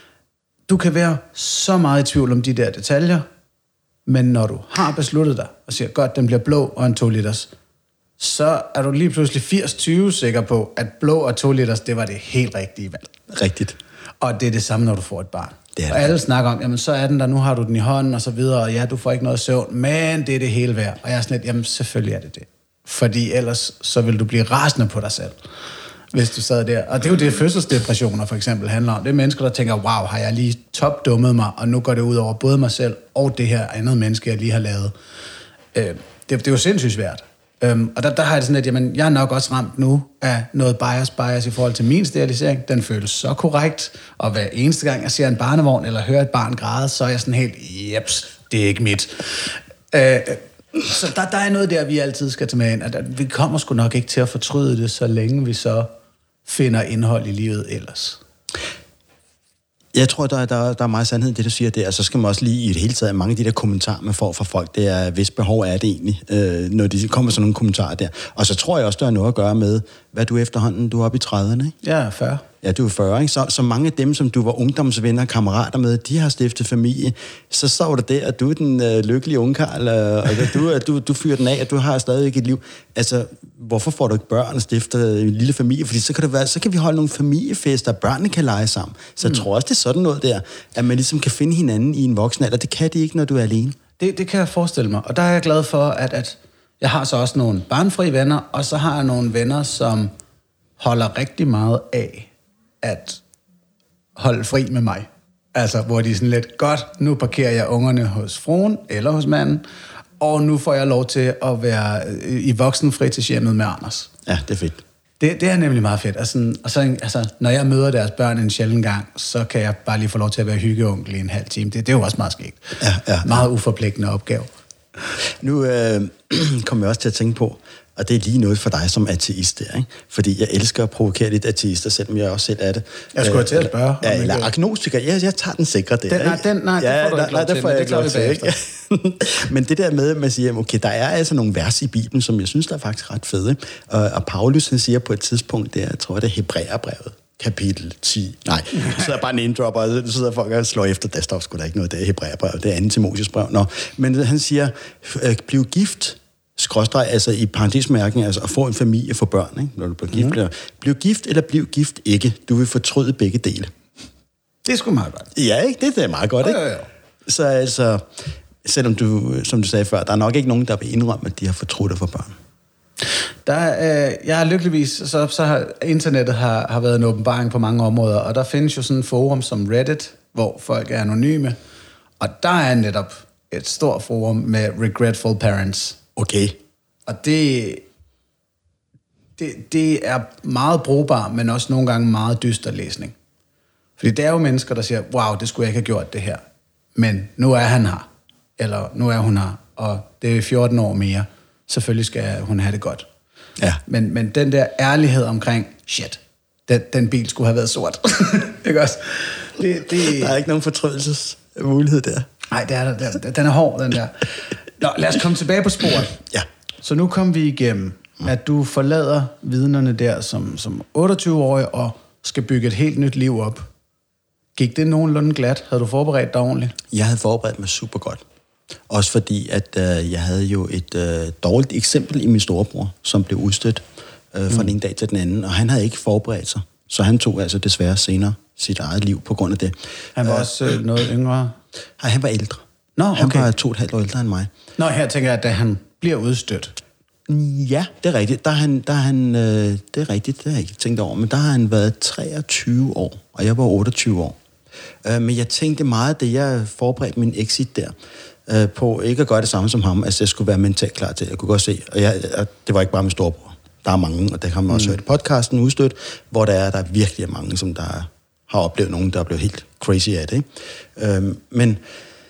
Du kan være så meget i tvivl om de der detaljer, men når du har besluttet dig, og siger, godt, den bliver blå og en to liters, så er du lige pludselig firs tyve sikker på, at blå og to liters, det var det helt rigtige valg. Rigtigt. Og det er det samme, når du får et barn. Det er det. Og alle snakker om, jamen så er den der, nu har du den i hånden, og så videre, og ja, du får ikke noget søvn, men det er det hele værd. Og jeg er sådan lidt, jamen selvfølgelig er det det. Fordi ellers, så vil du blive rasende på dig selv, hvis du sad der. Og det er jo det, fødselsdepressioner for eksempel handler om. Det er mennesker, der tænker, wow, har jeg lige topdummet mig, og nu går det ud over både mig selv, og det her andet menneske, jeg lige har lavet. Øh, det, det er jo sindssygt svært. Øhm, og der, der har jeg det sådan lidt, jamen, jeg er nok også ramt nu af noget bias bias i forhold til min sterilisering. Den føles så korrekt, og hver eneste gang, jeg ser en barnevogn, eller hører et barn græde, så er jeg sådan helt, jeps, det er ikke mit. Øh, så der, der er noget der, vi altid skal tage med ind, at vi kommer sgu nok ikke til at fortryde det, så længe vi så finder indhold i livet ellers. Jeg tror, der, der, der er meget sandhed i det, du siger der, og så skal man også lige i det hele taget, mange af de der kommentarer, man får fra folk, det er, hvis behov er det egentlig, øh, når de kommer sådan nogle kommentarer der. Og så tror jeg også, der er noget at gøre med, hvad du efterhånden, du er oppe i trediverne, ikke? Ja, fyrre. Ja, du er fyrre, ikke? Så, så mange af dem, som du var ungdomsvenner og kammerater med, de har stiftet familie. Så står der der, at du er den øh, lykkelige ungkarl, og, og du, du, du fyrer den af, at du har stadig et liv. Altså, hvorfor får du ikke børn og stifter en lille familie? Fordi så kan, det være, så kan vi holde nogle familiefester, børnene kan lege sammen. Så jeg mm. tror også, det er sådan noget der, at man ligesom kan finde hinanden i en voksen alder. Det kan de ikke, når du er alene. Det, det kan jeg forestille mig. Og der er jeg glad for, at, at jeg har så også nogle barnfri venner, og så har jeg nogle venner, som holder rigtig meget af at holde fri med mig. Altså, hvor de er sådan lidt, godt, nu parkerer jeg ungerne hos fruen eller hos manden, og nu får jeg lov til at være i voksenfritidshjemmet med Anders. Ja, det er fedt. Det, det er nemlig meget fedt. Altså, og så, altså, når jeg møder deres børn en sjælden gang, så kan jeg bare lige få lov til at være hyggeonkel i en halv time. Det, det er jo også meget skægt. Ja, ja. Meget uforpligtende opgave. Nu øh, kommer jeg også til at tænke på, og det er lige noget for dig som ateist der, ikke? Fordi jeg elsker at provokere lidt ateister, selvom jeg også selv er det. Jeg skulle til at spørge. Ja, eller agnostiker. Ja, jeg tager den sikre der. Den, nej, den, nej, ja, det får du ikke nej, lov til, det får jeg ikke lov til, ikke? Men det der med, at man siger, okay, der er altså nogle vers i Bibelen, som jeg synes, der er faktisk ret fede. Og, og Paulus, han siger på et tidspunkt, der, jeg tror, det er Hebræerbrevet, kapitel ti. Nej, så er bare en inddropper, og så sidder folk og slår efter, der står sgu da ikke noget, det er Hebræerbrevet, det er anden Timotheus brev. Nå, men han siger, bliv gift, skråstreg, altså i parentesmærken, altså at få en familie for børn, ikke? Når du bliver gift. Mm. Bliv gift eller bliv gift ikke. Du vil fortryde begge dele. Det er sgu meget godt. Ja, ikke? Det er meget godt, ikke? Ja, ja, ja. Så altså, selvom du, som du sagde før, der er nok ikke nogen, der vil indrømme, at de har fortrudt at få børn. Der, øh, jeg har lykkeligvis, så, så har internettet har, har været en åbenbaring på mange områder, og der findes jo sådan en forum som Reddit, hvor folk er anonyme, og der er netop et stort forum med regretful parents. Okay. Og det, det, det er meget brugbar, men også nogle gange meget dyster læsning. Fordi det er jo mennesker, der siger, wow, det skulle jeg ikke have gjort det her. Men nu er han her, eller nu er hun her, og det er fjorten år mere. Selvfølgelig skal hun have det godt. Ja. Men, men den der ærlighed omkring, shit, den, den bil skulle have været sort. Ikke også? Det, det... Der er ikke nogen fortrydelsesmulighed der. Nej, det er der. Den er hård, den der. Nå, lad os komme tilbage på sporet. Ja. Så nu kom vi igennem, at du forlader vidnerne der som, som otteogtyve-årig og skal bygge et helt nyt liv op. Gik det nogenlunde glat? Havde du forberedt dig ordentligt? Jeg havde forberedt mig super godt. Også fordi, at øh, jeg havde jo et øh, dårligt eksempel i min storebror, som blev udstødt øh, fra mm. den ene dag til den anden, og han havde ikke forberedt sig. Så han tog altså desværre senere sit eget liv på grund af det. Han var øh, også øh, noget yngre? Nej, han var ældre. Nå, okay. Han var to og et halvt år ældre end mig. Nå, her tænker jeg, at da han bliver udstødt. Ja, det er rigtigt. Der er han, der er han, øh, det er rigtigt, det har jeg ikke tænkt over, men der har han været treogtyve år, og jeg var otteogtyve år. Øh, men jeg tænkte meget, da jeg forberedte min exit der, øh, på ikke at gøre det samme som ham, altså jeg skulle være mentalt klar til. Jeg kunne godt se, og jeg, det var ikke bare min storebror. Der er mange, og det har man også mm. hørt i podcasten udstødt, hvor der er, der er virkelig mange, som der har oplevet nogen, der er blevet helt crazy af det. Ikke? Øh, men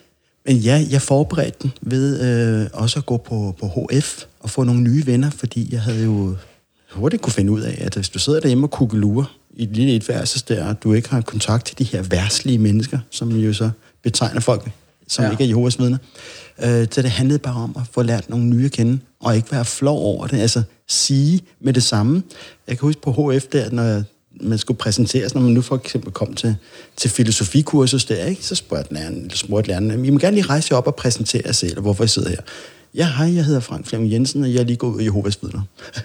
Men ja, jeg forberedte den ved øh, også at gå på, på H F og få nogle nye venner, fordi jeg havde jo hurtigt kunne finde ud af, at hvis du sidder derhjemme og kukkelurer i et lille etværelses der, og du ikke har kontakt til de her værslige mennesker, som jo så betegner folk, som ja. ikke er Jehovas vidner, øh, så det handlede bare om at få lært nogle nye at kende, og ikke være flov over det, altså sige med det samme. Jeg kan huske på H F der, når jeg man skulle præsenteres, når man nu for eksempel kom til, til filosofikursus der, ikke? Så spurgte læreren, eller spurgte læreren, I må gerne lige rejse jer op og præsentere jer selv, hvorfor I sidder her. Ja, hej, jeg hedder Frank Flemming Jensen, og jeg er lige gået ud i Jehovas vidner.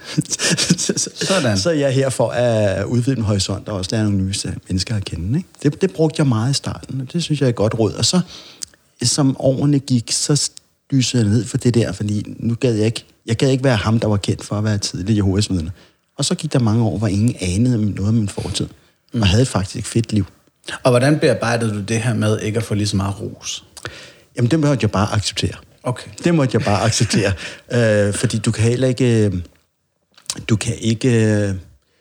Sådan. Så jeg er her for at udvide min horisont, og også lære nogle nye mennesker at kende. Ikke? Det, det brugte jeg meget i starten, og det synes jeg er et godt råd. Og så, som årene gik, så lysede jeg ned for det der, fordi nu gad jeg ikke, jeg gad ikke være ham, der var kendt for at være tidlig Jehovas vidner. Og så gik der mange år, hvor ingen anede noget om min fortid. Og mm. havde faktisk et fedt liv. Og hvordan bearbejdede du det her med ikke at få lige så meget ros? Jamen, det måtte jeg bare acceptere. Okay. Det måtte jeg bare acceptere. øh, fordi du kan heller ikke... Du kan ikke øh,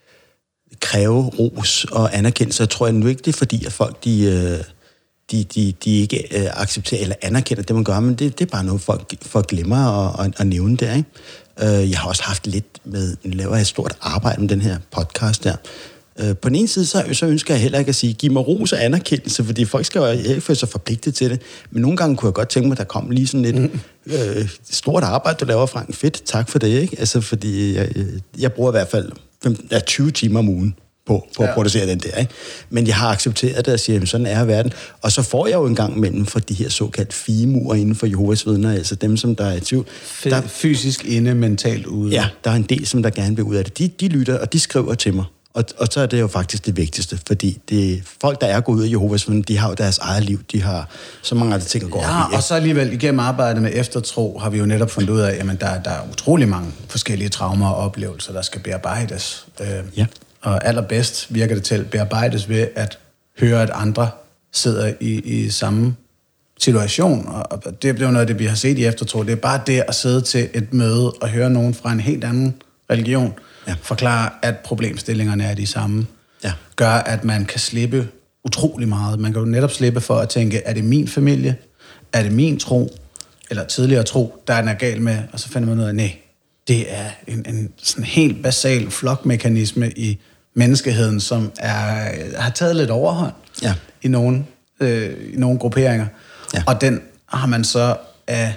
kræve ros og anerkendelse. Jeg tror jeg nu ikke, det er fordi, at folk de, øh, de, de, de ikke øh, accepterer eller anerkender det, man gør. Men det, det er bare noget, folk, folk glemmer at, at, at nævne der, ikke? Jeg har også haft lidt med, nu laver jeg et stort arbejde med den her podcast der. På den ene side, så, så ønsker jeg heller ikke at sige, giv mig ros og anerkendelse, fordi folk skal jo ikke føle sig forpligtet til det. Men nogle gange kunne jeg godt tænke mig, at der kom lige sådan lidt mm. øh, stort arbejde, du laver, Frank. Fedt, tak for det, ikke? Altså, fordi jeg, jeg bruger i hvert fald femten, tyve timer om ugen på, på ja. at producere den der, ikke? Men jeg har accepteret det og siger, sådan er verden. Og så får jeg jo en gang imellem for de her såkaldt figemurer inden for Jehovas vidner, altså dem, som der er i tvivl. Der, fysisk inde, mentalt ude. Ja, der er en del, som der gerne vil ud af det. De, de lytter, og de skriver til mig. Og, og så er det jo faktisk det vigtigste, fordi det, folk, der er gået ud af Jehovas vidner, de har jo deres eget liv. De har så mange andre ting at gå ja, op i. Ja, og så alligevel igennem arbejdet med eftertro, har vi jo netop fundet ud af, at der, der er utrolig mange forskellige traumer og oplevelser, der skal bearbejdes. Ja. Og allerbedst virker det til bearbejdes ved at høre, at andre sidder i, i samme situation. Og det er noget af det, vi har set i eftertro. Det er bare det at sidde til et møde og høre nogen fra en helt anden religion ja. forklare, at problemstillingerne er de samme. Ja. Gør, at man kan slippe utrolig meget. Man kan jo netop slippe for at tænke, er det min familie? Er det min tro? Eller tidligere tro, der er den er galt med? Og så finder man ud af, nej, det er en, en sådan helt basal flokmekanisme i menneskeheden, som er, har taget lidt overhånd ja. i, nogle, øh, i nogle grupperinger. Ja. Og den har man så af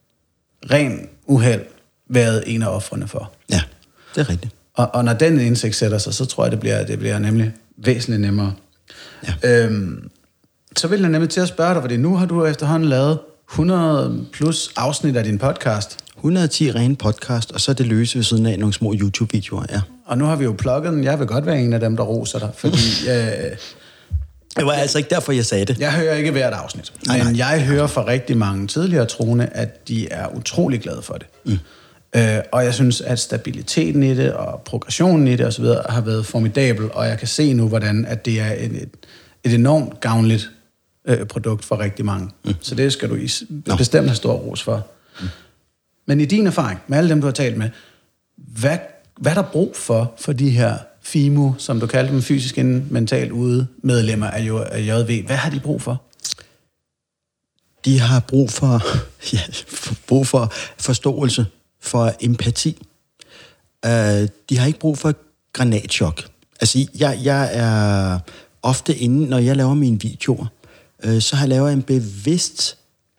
ren uheld været en af ofrene for. Ja, det er rigtigt. Og, og når den indsigt sætter sig, så tror jeg, det bliver, det bliver nemlig væsentligt nemmere. Ja. Øhm, så vil jeg nemlig til at spørge dig, fordi nu har du efterhånden lavet hundrede plus afsnit af din podcast. hundrede og ti rene podcast, og så er det løse ved siden af nogle små YouTube-videoer, ja. Og nu har vi jo plugget den. Jeg vil godt være en af dem, der roser dig, fordi øh, Det var altså ikke derfor, jeg sagde det. Jeg hører ikke hvert afsnit, nej, men nej. jeg hører fra rigtig mange tidligere troende, at de er utrolig glade for det. Mm. Øh, og jeg synes, at stabiliteten i det, og progressionen i det osv. har været formidabel, og jeg kan se nu, hvordan at det er et, et, et enormt gavnligt øh, produkt for rigtig mange. Mm. Så det skal du i, bestemt have stor ros for. Mm. Men i din erfaring, med alle dem, du har talt med, hvad, hvad er der brug for, for de her F I M U, som du kalder dem, fysisk inden mentalt ude medlemmer af J V? Hvad har de brug for? De har brug for, ja, brug for forståelse, for empati. Uh, de har ikke brug for granatchok. Altså, jeg, jeg er ofte inde, når jeg laver mine videoer, uh, så har jeg lavet en bevidst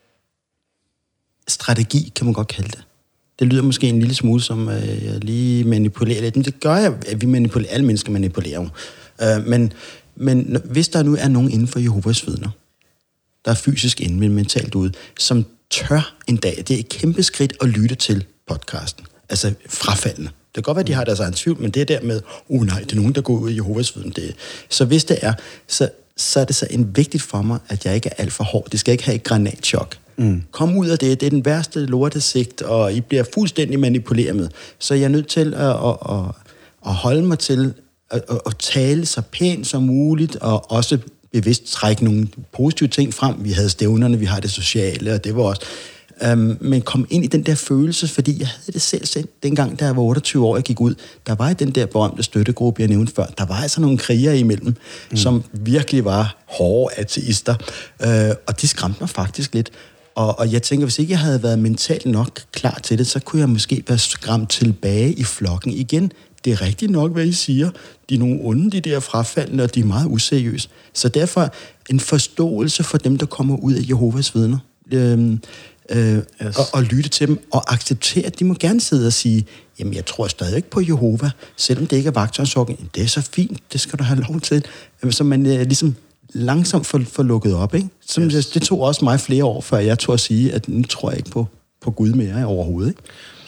strategi, kan man godt kalde det. Det lyder måske en lille smule som, uh, jeg lige manipulerer lidt, men det gør jeg, at vi manipulerer, alle mennesker manipulerer jo. Uh, men, men hvis der nu er nogen inden for Jehovas vidner, der er fysisk inde, men mentalt ude, som tør en dag, det er et kæmpe skridt at lytte til podcasten. Altså frafaldende. Det kan godt være, at de har deres egen tvivl, men det er der med, oh nej, det er nogen, der går ud i Jehovas vidne. Det. Så hvis det er, så, så er det så en vigtigt for mig, at jeg ikke er alt for hård. Det skal ikke have et granatchok. Mm. Kom ud af det. Det er den værste lortesigt, og I bliver fuldstændig manipuleret med. Så jeg er nødt til at, at, at, at holde mig til at, at, at tale så pænt som muligt, og også bevidst trække nogle positive ting frem. Vi havde stævnerne, vi har det sociale, og det var også... Um, men kom ind i den der følelse, fordi jeg havde det selv selv, dengang, da jeg var otteogtyve år, jeg gik ud, der var i den der berømte støttegruppe, jeg nævnte før, der var altså nogle krigere imellem, mm. som virkelig var hårde ateister, uh, og de skræmte mig faktisk lidt. Og, og jeg tænker, hvis ikke jeg havde været mentalt nok klar til det, så kunne jeg måske være skræmt tilbage i flokken igen. Det er rigtigt nok, hvad I siger. De er nogle onde, de der frafaldende, og de er meget useriøse. Så derfor en forståelse for dem, der kommer ud af Jehovas vidner. Øhm, Øh, yes. og, og lytte til dem, og acceptere, at de må gerne sidde og sige, jamen jeg tror stadig ikke på Jehova, selvom det ikke er vagtåndsorgen. Det er så fint, det skal du have lov til. Så man øh, ligesom langsomt får, får lukket op, ikke? Så, yes. Det tog også mig flere år, før jeg tog at sige, at nu tror jeg ikke på, på Gud mere overhovedet. Ikke?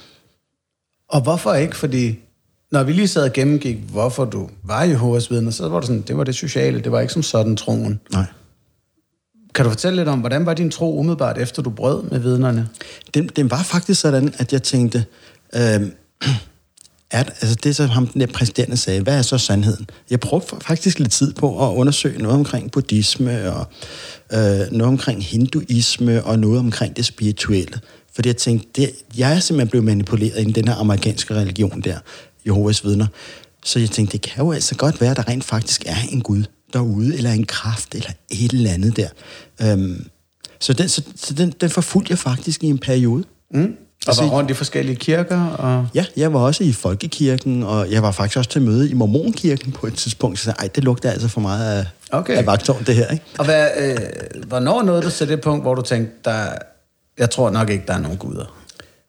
Og hvorfor ikke? Fordi når vi lige sad og gennemgik, hvorfor du var Jehovas vidner, så var det sådan, det var det sociale, det var ikke som sådan troen. Nej. Kan du fortælle lidt om, hvordan var din tro umiddelbart, efter du brød med vidnerne? Den, den var faktisk sådan, at jeg tænkte, øh, at, altså det, som ham, den der præsidenten sagde, hvad er så sandheden? Jeg brugte faktisk lidt tid på at undersøge noget omkring buddhisme, og øh, noget omkring hinduisme, og noget omkring det spirituelle. Fordi jeg tænkte, det, jeg er simpelthen blevet manipuleret i den her amerikanske religion der, Jehovas vidner. Så jeg tænkte, det kan jo altså godt være, at der rent faktisk er en Gud derude, eller en kraft, eller et eller andet der. Øhm, så den, så, så den, den forfulgte jeg faktisk i en periode. Mm. Og altså, var rundt i forskellige kirker? Og... Ja, jeg var også i folkekirken, og jeg var faktisk også til møde i mormonkirken på et tidspunkt, så jeg sagde, ej, det lugter altså for meget af, okay. af vagtårn, det her, ikke? Og hvad, øh, hvornår nåede du til det punkt, hvor du tænkte, der, jeg tror nok ikke, der er nogen guder?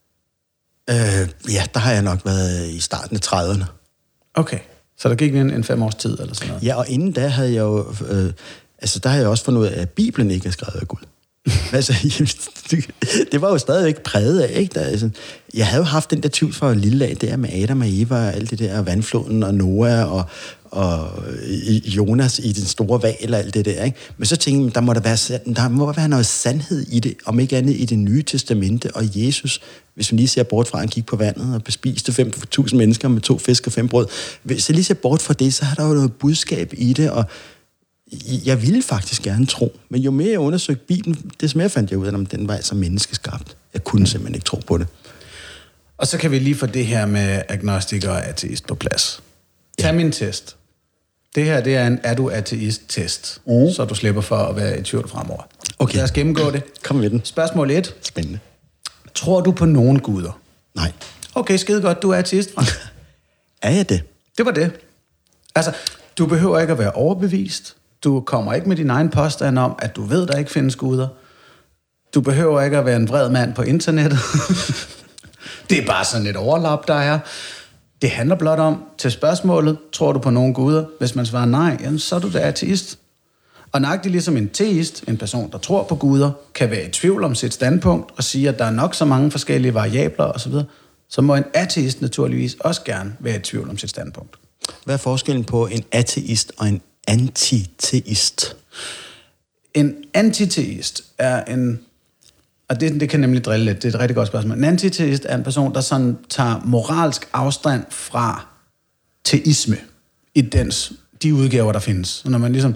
Øh, ja, der har jeg nok været i starten af trediverne. Okay. Så der gik en, en fem års tid, eller sådan noget? Ja, og inden da havde jeg jo... Øh, altså, der havde jeg også fundet ud af, at Bibelen ikke er skrevet af Gud. altså, det var jo stadig ikke præget af, ikke? Der, altså, jeg havde jo haft den der tvivl fra lille af, der med Adam og Eva, og alt det der, vandfloden, og Noah, og, og Jonas i den store val, og alt det der, ikke? Men så tænkte jeg, der må der være, der må være noget sandhed i det, om ikke andet i det nye testamente, og Jesus... Hvis vi lige ser bort fra, at han gik på vandet og bespiste fem tusind mennesker med to fisk og fem brød. Hvis jeg lige ser bort fra det, så har der jo noget budskab i det, og jeg ville faktisk gerne tro. Men jo mere jeg undersøgte Bibelen, det mere fandt jeg ud af, at den var altså menneskeskabt. Jeg kunne simpelthen ikke tro på det. Og så kan vi lige få det her med agnostiker og ateist på plads. Tag min test. Det her, det er en er du ateist-test, mm. så du slipper for at være i tvivl fremover. Okay. Lad os gennemgå det. Kom med den. Spørgsmål et. Spændende. Tror du på nogen guder? Nej. Okay, skide godt, du er ateist, Frank. Er jeg det? Det var det. Altså, du behøver ikke at være overbevist. Du kommer ikke med din egen påstand om, at du ved, der ikke findes guder. Du behøver ikke at være en vred mand på internettet. Det er bare sådan et overlap, der er. Det handler blot om, til spørgsmålet, tror du på nogen guder? Hvis man svarer nej, jamen, så er du da ateist. Og nøjagtigt ligesom en teist, en person, der tror på guder, kan være i tvivl om sit standpunkt og sige, at der er nok så mange forskellige variabler osv., så må en ateist naturligvis også gerne være i tvivl om sit standpunkt. Hvad er forskellen på en ateist og en antiteist? En antiteist er en, og det, det kan nemlig drille lidt, det er et rigtig godt spørgsmål. En antiteist er en person, der sådan tager moralsk afstand fra teisme i dens, de udgaver, der findes. Så når man ligesom,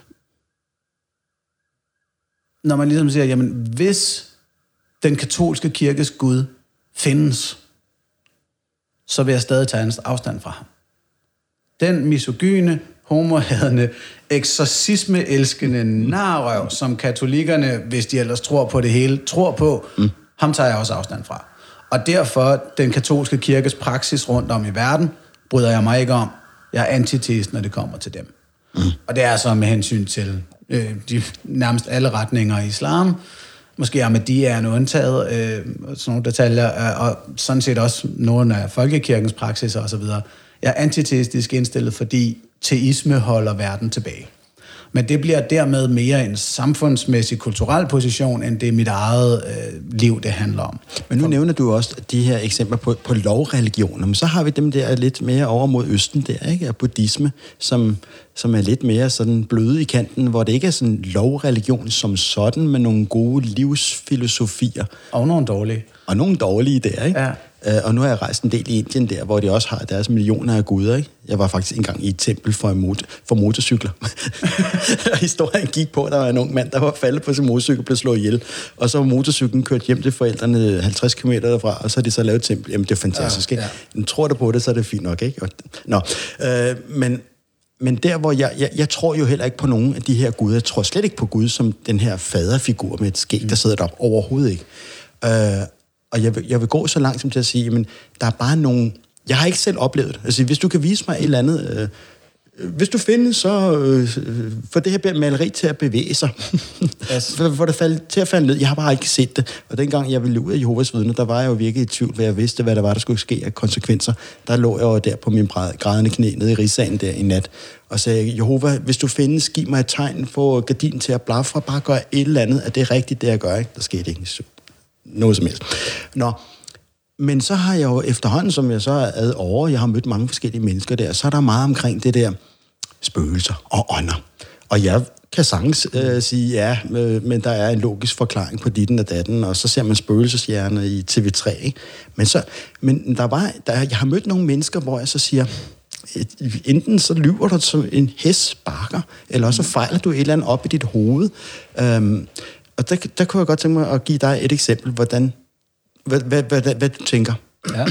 når man ligesom siger, jamen hvis den katolske kirkes Gud findes, så vil jeg stadig tage en afstand fra ham. Den misogyne, homohadende, eksorcisme-elskende narrøv, som katolikkerne, hvis de ellers tror på det hele, tror på, mm. ham tager jeg også afstand fra. Og derfor, den katolske kirkes praksis rundt om i verden, bryder jeg mig ikke om. Jeg er antiteist, når det kommer til dem. Mm. Og det er så med hensyn til øh, de nærmest alle retninger i islam. Måske Ahmadiyya er en undtaget, øh, sådan nogle detaljer, øh, og sådan set også nogle af folkekirkens praksiser osv. Jeg er antiteistisk indstillet, fordi teisme holder verden tilbage. Men det bliver dermed mere en samfundsmæssig, kulturel position, end det er mit eget øh, liv, det handler om. Men nu nævner du også de her eksempler på, på lovreligioner, men så har vi dem der lidt mere over mod østen der, ikke? Og buddhisme, som, som er lidt mere sådan bløde i kanten, hvor det ikke er sådan lovreligion som sådan, men nogle gode livsfilosofier. Og nogle dårlige. Og nogle dårlige der, ikke? Ja. Uh, og nu har jeg rejst en del i Indien der, hvor de også har deres millioner af guder, ikke? Jeg var faktisk engang i et tempel for, mot- for motorcykler. Og historien gik på, at der var en ung mand, der var faldet på sin motorcykel og blev slået ihjel. Og så var motorcyklen kørt hjem til forældrene halvtreds kilometer derfra, og så har de så lavet et tempel. Jamen, det er fantastisk, ikke? Ja, ja. Men tror du på det, så er det fint nok, ikke? Og, nå, uh, men... Men der, hvor jeg, jeg... Jeg tror jo heller ikke på nogen af de her guder. Jeg tror slet ikke på Gud som den her faderfigur med et skæg, der sidder deroppe. Overhovedet ikke. Uh, Og jeg vil, jeg vil gå så langt som til at sige, men der er bare nogle... Jeg har ikke selv oplevet det. Altså, hvis du kan vise mig et eller andet... Øh, hvis du findes, så øh, får det her maleri til at bevæge sig. Yes. For det falde, til at falde ned. Jeg har bare ikke set det. Og dengang jeg ville ud af Jehovas vidner, der var jeg jo virkelig i tvivl, hvad jeg vidste, hvad der var, der skulle ske af konsekvenser. Der lå jeg jo der på min grædende knæ nede i rigssagen der i nat, og sagde, Jehova, hvis du findes, giv mig et tegn, få gardinen til at blafre, bare gør et eller andet, at det er rigtigt, det jeg gør. Ikke? Der skete ikke noget som helst. Nå, men så har jeg jo efterhånden, som jeg så er ad over, jeg har mødt mange forskellige mennesker der, så er der meget omkring det der spøgelser og ånder. Og jeg kan sagtens øh, sige ja, øh, men der er en logisk forklaring på ditten og datten, og så ser man spøgelseshjerner i T V tre, ikke? Men, så, men der var, der, jeg har mødt nogle mennesker, hvor jeg så siger, enten så lyver du som en hest sparker, eller også så fejler du et eller andet op i dit hoved. Øhm, og der, der kunne jeg godt tænke mig at give dig et eksempel, hvordan, hvad, hvad, hvad, hvad, hvad du tænker. Ja.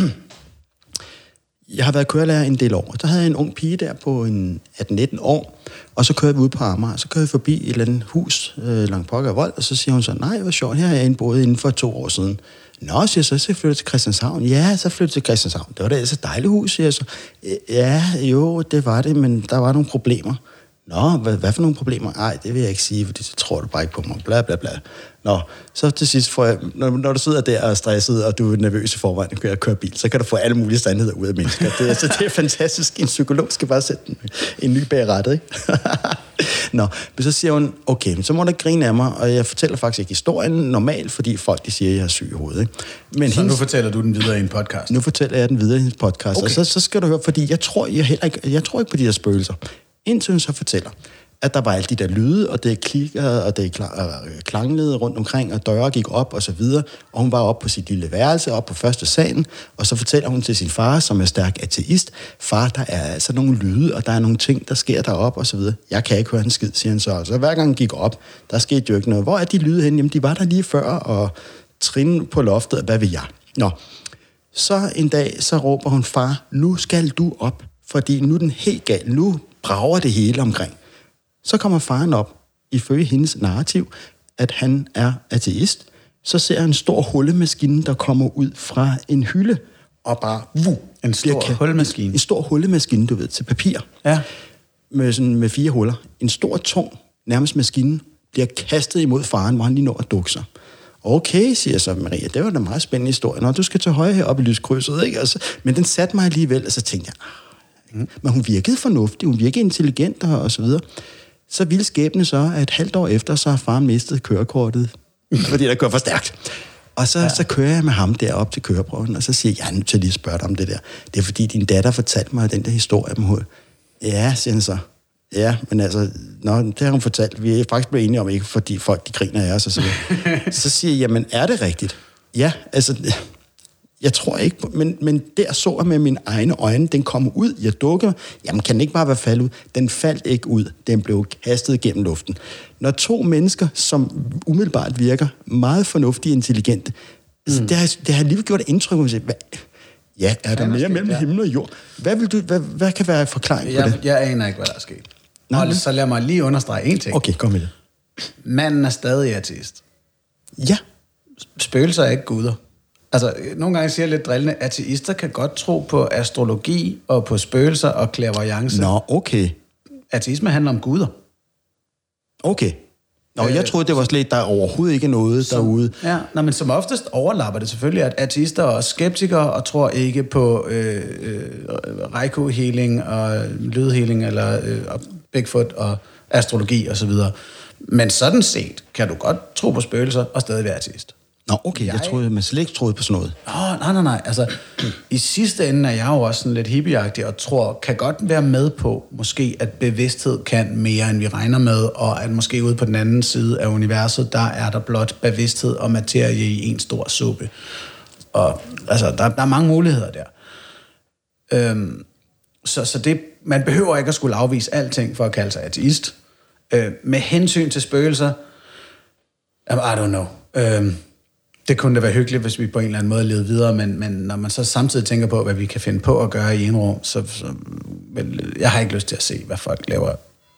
Jeg har været kørelærer en del år. Der havde jeg en ung pige der på en atten nitten år, og så kører vi ud på Amager, så kører vi forbi et eller andet hus øh, langt Pokker Vold, og så siger hun så, nej, hvor sjovt, her er jeg indboet inden for to år siden. Nå, siger så, så jeg flytter til Christianshavn. Ja, så flytter til Christianshavn. Det var da altså et dejligt hus, siger jeg så. Ja, jo, det var det, men der var nogle problemer. Nå, hvad, hvad for nogle problemer? Nej, det vil jeg ikke sige, fordi så tror du bare ikke på mig. Bla, bla, bla. Nå, så til sidst får jeg, når, når du sidder der og er stresset, og du er nervøs i forvejen, og kører køre bil, så kan du få alle mulige sandheder ud af mennesker. Det, altså, det er fantastisk. En psykolog skal bare sætte en, en ny bag rattet, ikke? Nå, men så siger hun, okay, så må du grine af mig, og jeg fortæller faktisk ikke historien normalt, fordi folk de siger, at jeg er syg i hovedet, ikke? Men så hendes, nu fortæller du den videre i en podcast? Nu fortæller jeg den videre i en podcast, okay. Og så, så skal du høre, fordi jeg tror, jeg heller ikke, jeg tror ikke på de der spøgelser. Indtil hun så fortæller, at der var alle de der lyde, og det klikkede, og det klanglede rundt omkring, og døre gik op, og så videre. Og hun var oppe på sit lille værelse, op på første salen, og så fortæller hun til sin far, som er stærk ateist, far, der er altså nogle lyde, og der er nogle ting, der sker deroppe, og så videre. Jeg kan ikke høre en skid, siger han så. Så hver gang han gik op, der skete jo ikke noget. Hvor er de lyde henne? Jamen, de var der lige før, og trin på loftet, og hvad ved jeg? Nå, så en dag, så råber hun, far, nu skal du op, fordi nu er den helt gal, nu brager det hele omkring. Så kommer faren op, ifølge hendes narrativ, at han er ateist. Så ser han en stor hullemaskine, der kommer ud fra en hylde, og bare... Vuh, en stor kan, hullemaskine? En stor hullemaskine, du ved, til papir. Ja. Med, sådan, med fire huller. En stor, tung, nærmest maskine, bliver kastet imod faren, hvor han lige når at dukke sig. Okay, siger så Maria, det var da meget spændende historie. Nå, du skal til højre heroppe i lyskrydset, ikke? Altså, men den satte mig alligevel, og så tænkte jeg... Mm. Men hun virkede fornuftig, hun virkede intelligent og, og så videre. Så ville skæbne så, at et halvt år efter, så har faren mistet kørekortet, fordi der kører for stærkt. Og så, ja. så kører jeg med ham derop til køreprøven, og så siger jeg, jeg er nødt til lige at spørge dig om det der. Det er fordi, din datter fortalte mig den der historie om hul. Ja, siger han så. Ja, men altså, nå, det har hun fortalt. Vi er faktisk blevet enige om, ikke fordi folk de griner af os og så videre. Så siger jeg, jamen er det rigtigt? Ja, altså, jeg tror ikke på, men, men der så jeg med mine egne øjne, den kom ud, jeg dukker, jamen kan den ikke bare være faldet ud? Den faldt ikke ud, den blev kastet gennem luften. Når to mennesker, som umiddelbart virker meget fornuftige og intelligente, mm. det, har, det har lige gjort et indtryk, hvor man siger, hvad, ja, er der mere mellem ja. himmel og jord? Hvad, vil du, hvad, hvad kan være forklaring jeg, på det? Jeg aner ikke, hvad der er sket. Nej, og så lad mig lige understrege en ting. Okay, kom med det. Manden er stadig ateist. Ja. Spøgelser er ikke guder. Altså, nogle gange siger jeg lidt drillende, ateister kan godt tro på astrologi og på spøgelser og clairvoyance. Nå, okay. Ateisme handler om guder. Okay. Nå, jeg troede, det var slet, der er overhovedet ikke noget som, derude. Ja, nej, men som oftest overlapper det selvfølgelig, at ateister er skeptikere og tror ikke på øh, øh, reiko-healing og lydhealing eller øh, Bigfoot og astrologi og så videre. Men sådan set kan du godt tro på spøgelser og stadig være ateist. Nå, okay, jeg, jeg troede, man slet ikke troede på sådan noget. Åh, nej, nej, nej, altså, i sidste ende er jeg jo også sådan lidt hippieagtig og tror, kan godt være med på, måske, at bevidsthed kan mere, end vi regner med, og at måske ude på den anden side af universet, der er der blot bevidsthed og materie i en stor suppe. Og altså, der, der er mange muligheder der. Øhm, så, så det, man behøver ikke at skulle afvise alting for at kalde sig ateist. Øh, med hensyn til spøgelser, I don't know. Øhm, Det kunne da være hyggeligt, hvis vi på en eller anden måde levede videre, men, men når man så samtidig tænker på, hvad vi kan finde på at gøre i en rum, så, så vel, jeg har ikke lyst til at se, hvad folk laver,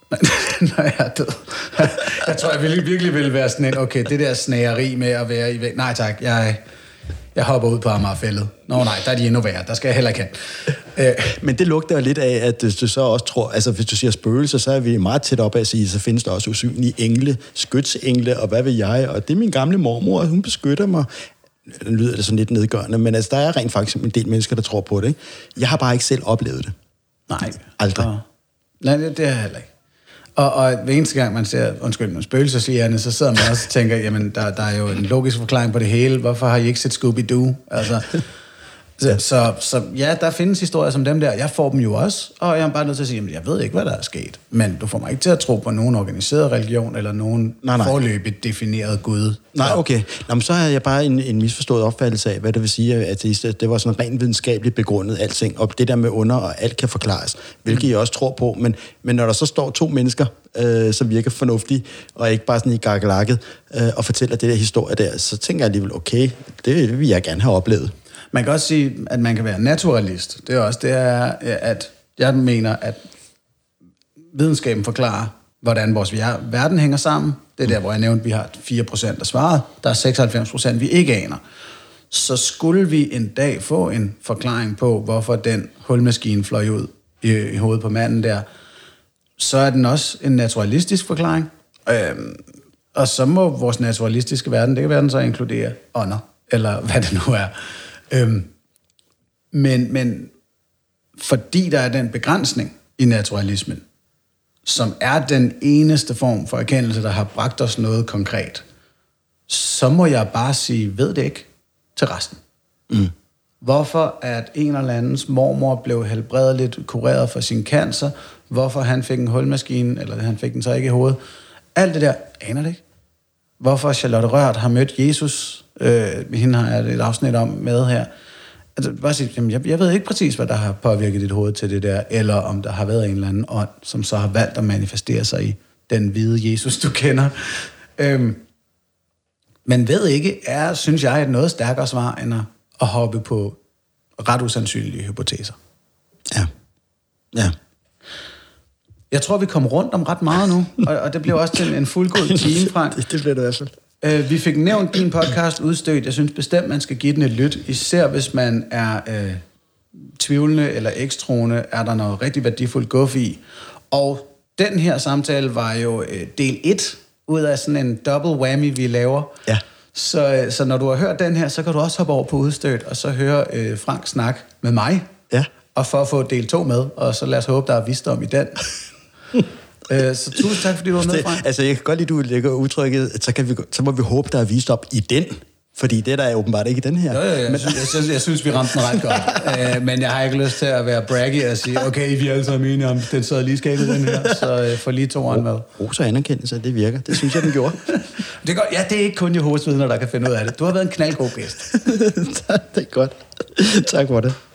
når jeg er død. Jeg tror, jeg virkelig, virkelig ville være sådan en, okay, det der snageri med at være i væk. Nej tak, jeg, jeg hopper ud på Amagerfældet. Nå nej, der er de endnu værre, der skal jeg heller ikke hen. Men det lugter jo lidt af, at du så også tror, altså hvis du siger spøgelser, så er vi meget tæt op af at sige, så findes der også usynlige engle, skytsengle, og hvad ved jeg, og det er min gamle mormor, hun beskytter mig. Nu lyder det sådan lidt nedgørende, men altså, der er rent faktisk en del mennesker, der tror på det, ikke? Jeg har bare ikke selv oplevet det. Nej. Aldrig. Og, nej, det, det har jeg heller ikke. Og, og hver eneste gang, man ser, undskyld, nogle spøgelseslærerne, så sidder man også og tænker, jamen, der, der er jo en logisk forklaring på det hele. Hvorfor har I ikke set Scooby-Doo? Altså, så, så, så ja, der findes historier som dem der. Jeg får dem jo også, og jeg er bare nødt til at sige, jamen, jeg ved ikke, hvad der er sket. Men du får mig ikke til at tro på nogen organiseret religion, eller nogen nej, nej. forløbigt defineret Gud. Nej, okay. Nå, men så har jeg bare en, en misforstået opfattelse af, hvad det vil sige, at det var sådan rent videnskabeligt begrundet alting, og det der med under, og alt kan forklares, hvilket jeg også tror på. Men, men når der så står to mennesker, øh, som virker fornuftige, og ikke bare sådan i gargelakket, øh, og fortæller det der historie der, så tænker jeg alligevel, okay, det vil jeg gerne have oplevet. Man kan også sige, at man kan være naturalist. Det er også det, er, at jeg mener, at videnskaben forklarer, hvordan vores verden hænger sammen. Det er der, hvor jeg nævnte, at vi har fire procent af svaret. Der er seksoghalvfems procent, vi ikke aner. Så skulle vi en dag få en forklaring på, hvorfor den hulmaskine fløj ud i, i hovedet på manden der, så er den også en naturalistisk forklaring. Øhm, og så må vores naturalistiske verden, det kan være, den så inkludere ånder, eller hvad det nu er. Øhm, men, men fordi der er den begrænsning i naturalismen, som er den eneste form for erkendelse, der har bragt os noget konkret, så må jeg bare sige, ved det ikke, til resten. Mm. Hvorfor at en eller andens mormor blev helbredeligt kureret for sin cancer, hvorfor han fik en hulmaskine, eller han fik den så ikke i hovedet, alt det der, aner det ikke. Hvorfor Charlotte Rørt har mødt Jesus, øh, hende har jeg et afsnit om med her. Altså, bare sige, jamen, jeg, jeg ved ikke præcis, hvad der har påvirket dit hoved til det der, eller om der har været en eller anden ånd, som så har valgt at manifestere sig i den hvide Jesus, du kender. Øhm, men ved ikke, er, synes jeg, et noget stærkere svar, end at, at hoppe på ret usandsynlige hypoteser. Ja. Ja. Jeg tror, vi kom rundt om ret meget nu, og, og det blev også til en fuldgod time, Frank. det, det blev det i hvert fald. Uh, vi fik nævnt din podcast udstødt. Jeg synes bestemt, man skal give den et lyt, især hvis man er uh, tvivlende eller ekstroende, er der noget rigtig værdifuldt guf i. Og den her samtale var jo uh, del et ud af sådan en double whammy, vi laver. Ja. Så, uh, så når du har hørt den her, så kan du også hoppe over på udstødt, og så høre uh, Frank snak med mig. Ja. Og for at få del to med, og så lad os håbe, der er visdom i den. øh, så tusind tak, fordi du var med, Frank. Altså, jeg kan godt lide, du lægger udtrykket, så, kan vi, så må vi håbe, der er vist op i den. Fordi det der er åbenbart ikke i den her. Jo, jo, jeg, men... synes, jeg, synes, jeg synes, vi ramte den ret godt. uh, men jeg har ikke lyst til at være braggy og sige, okay, vi er alle sammen enige om, den sad lige skabet den her, så uh, får lige toeren med. Rosa anerkendelse, det virker. Det synes jeg, den gjorde. Det er godt. Ja, det er ikke kun Jehovas vidner, der kan finde ud af det. Du har været en knaldgod gæst. Det er godt. Tak for det.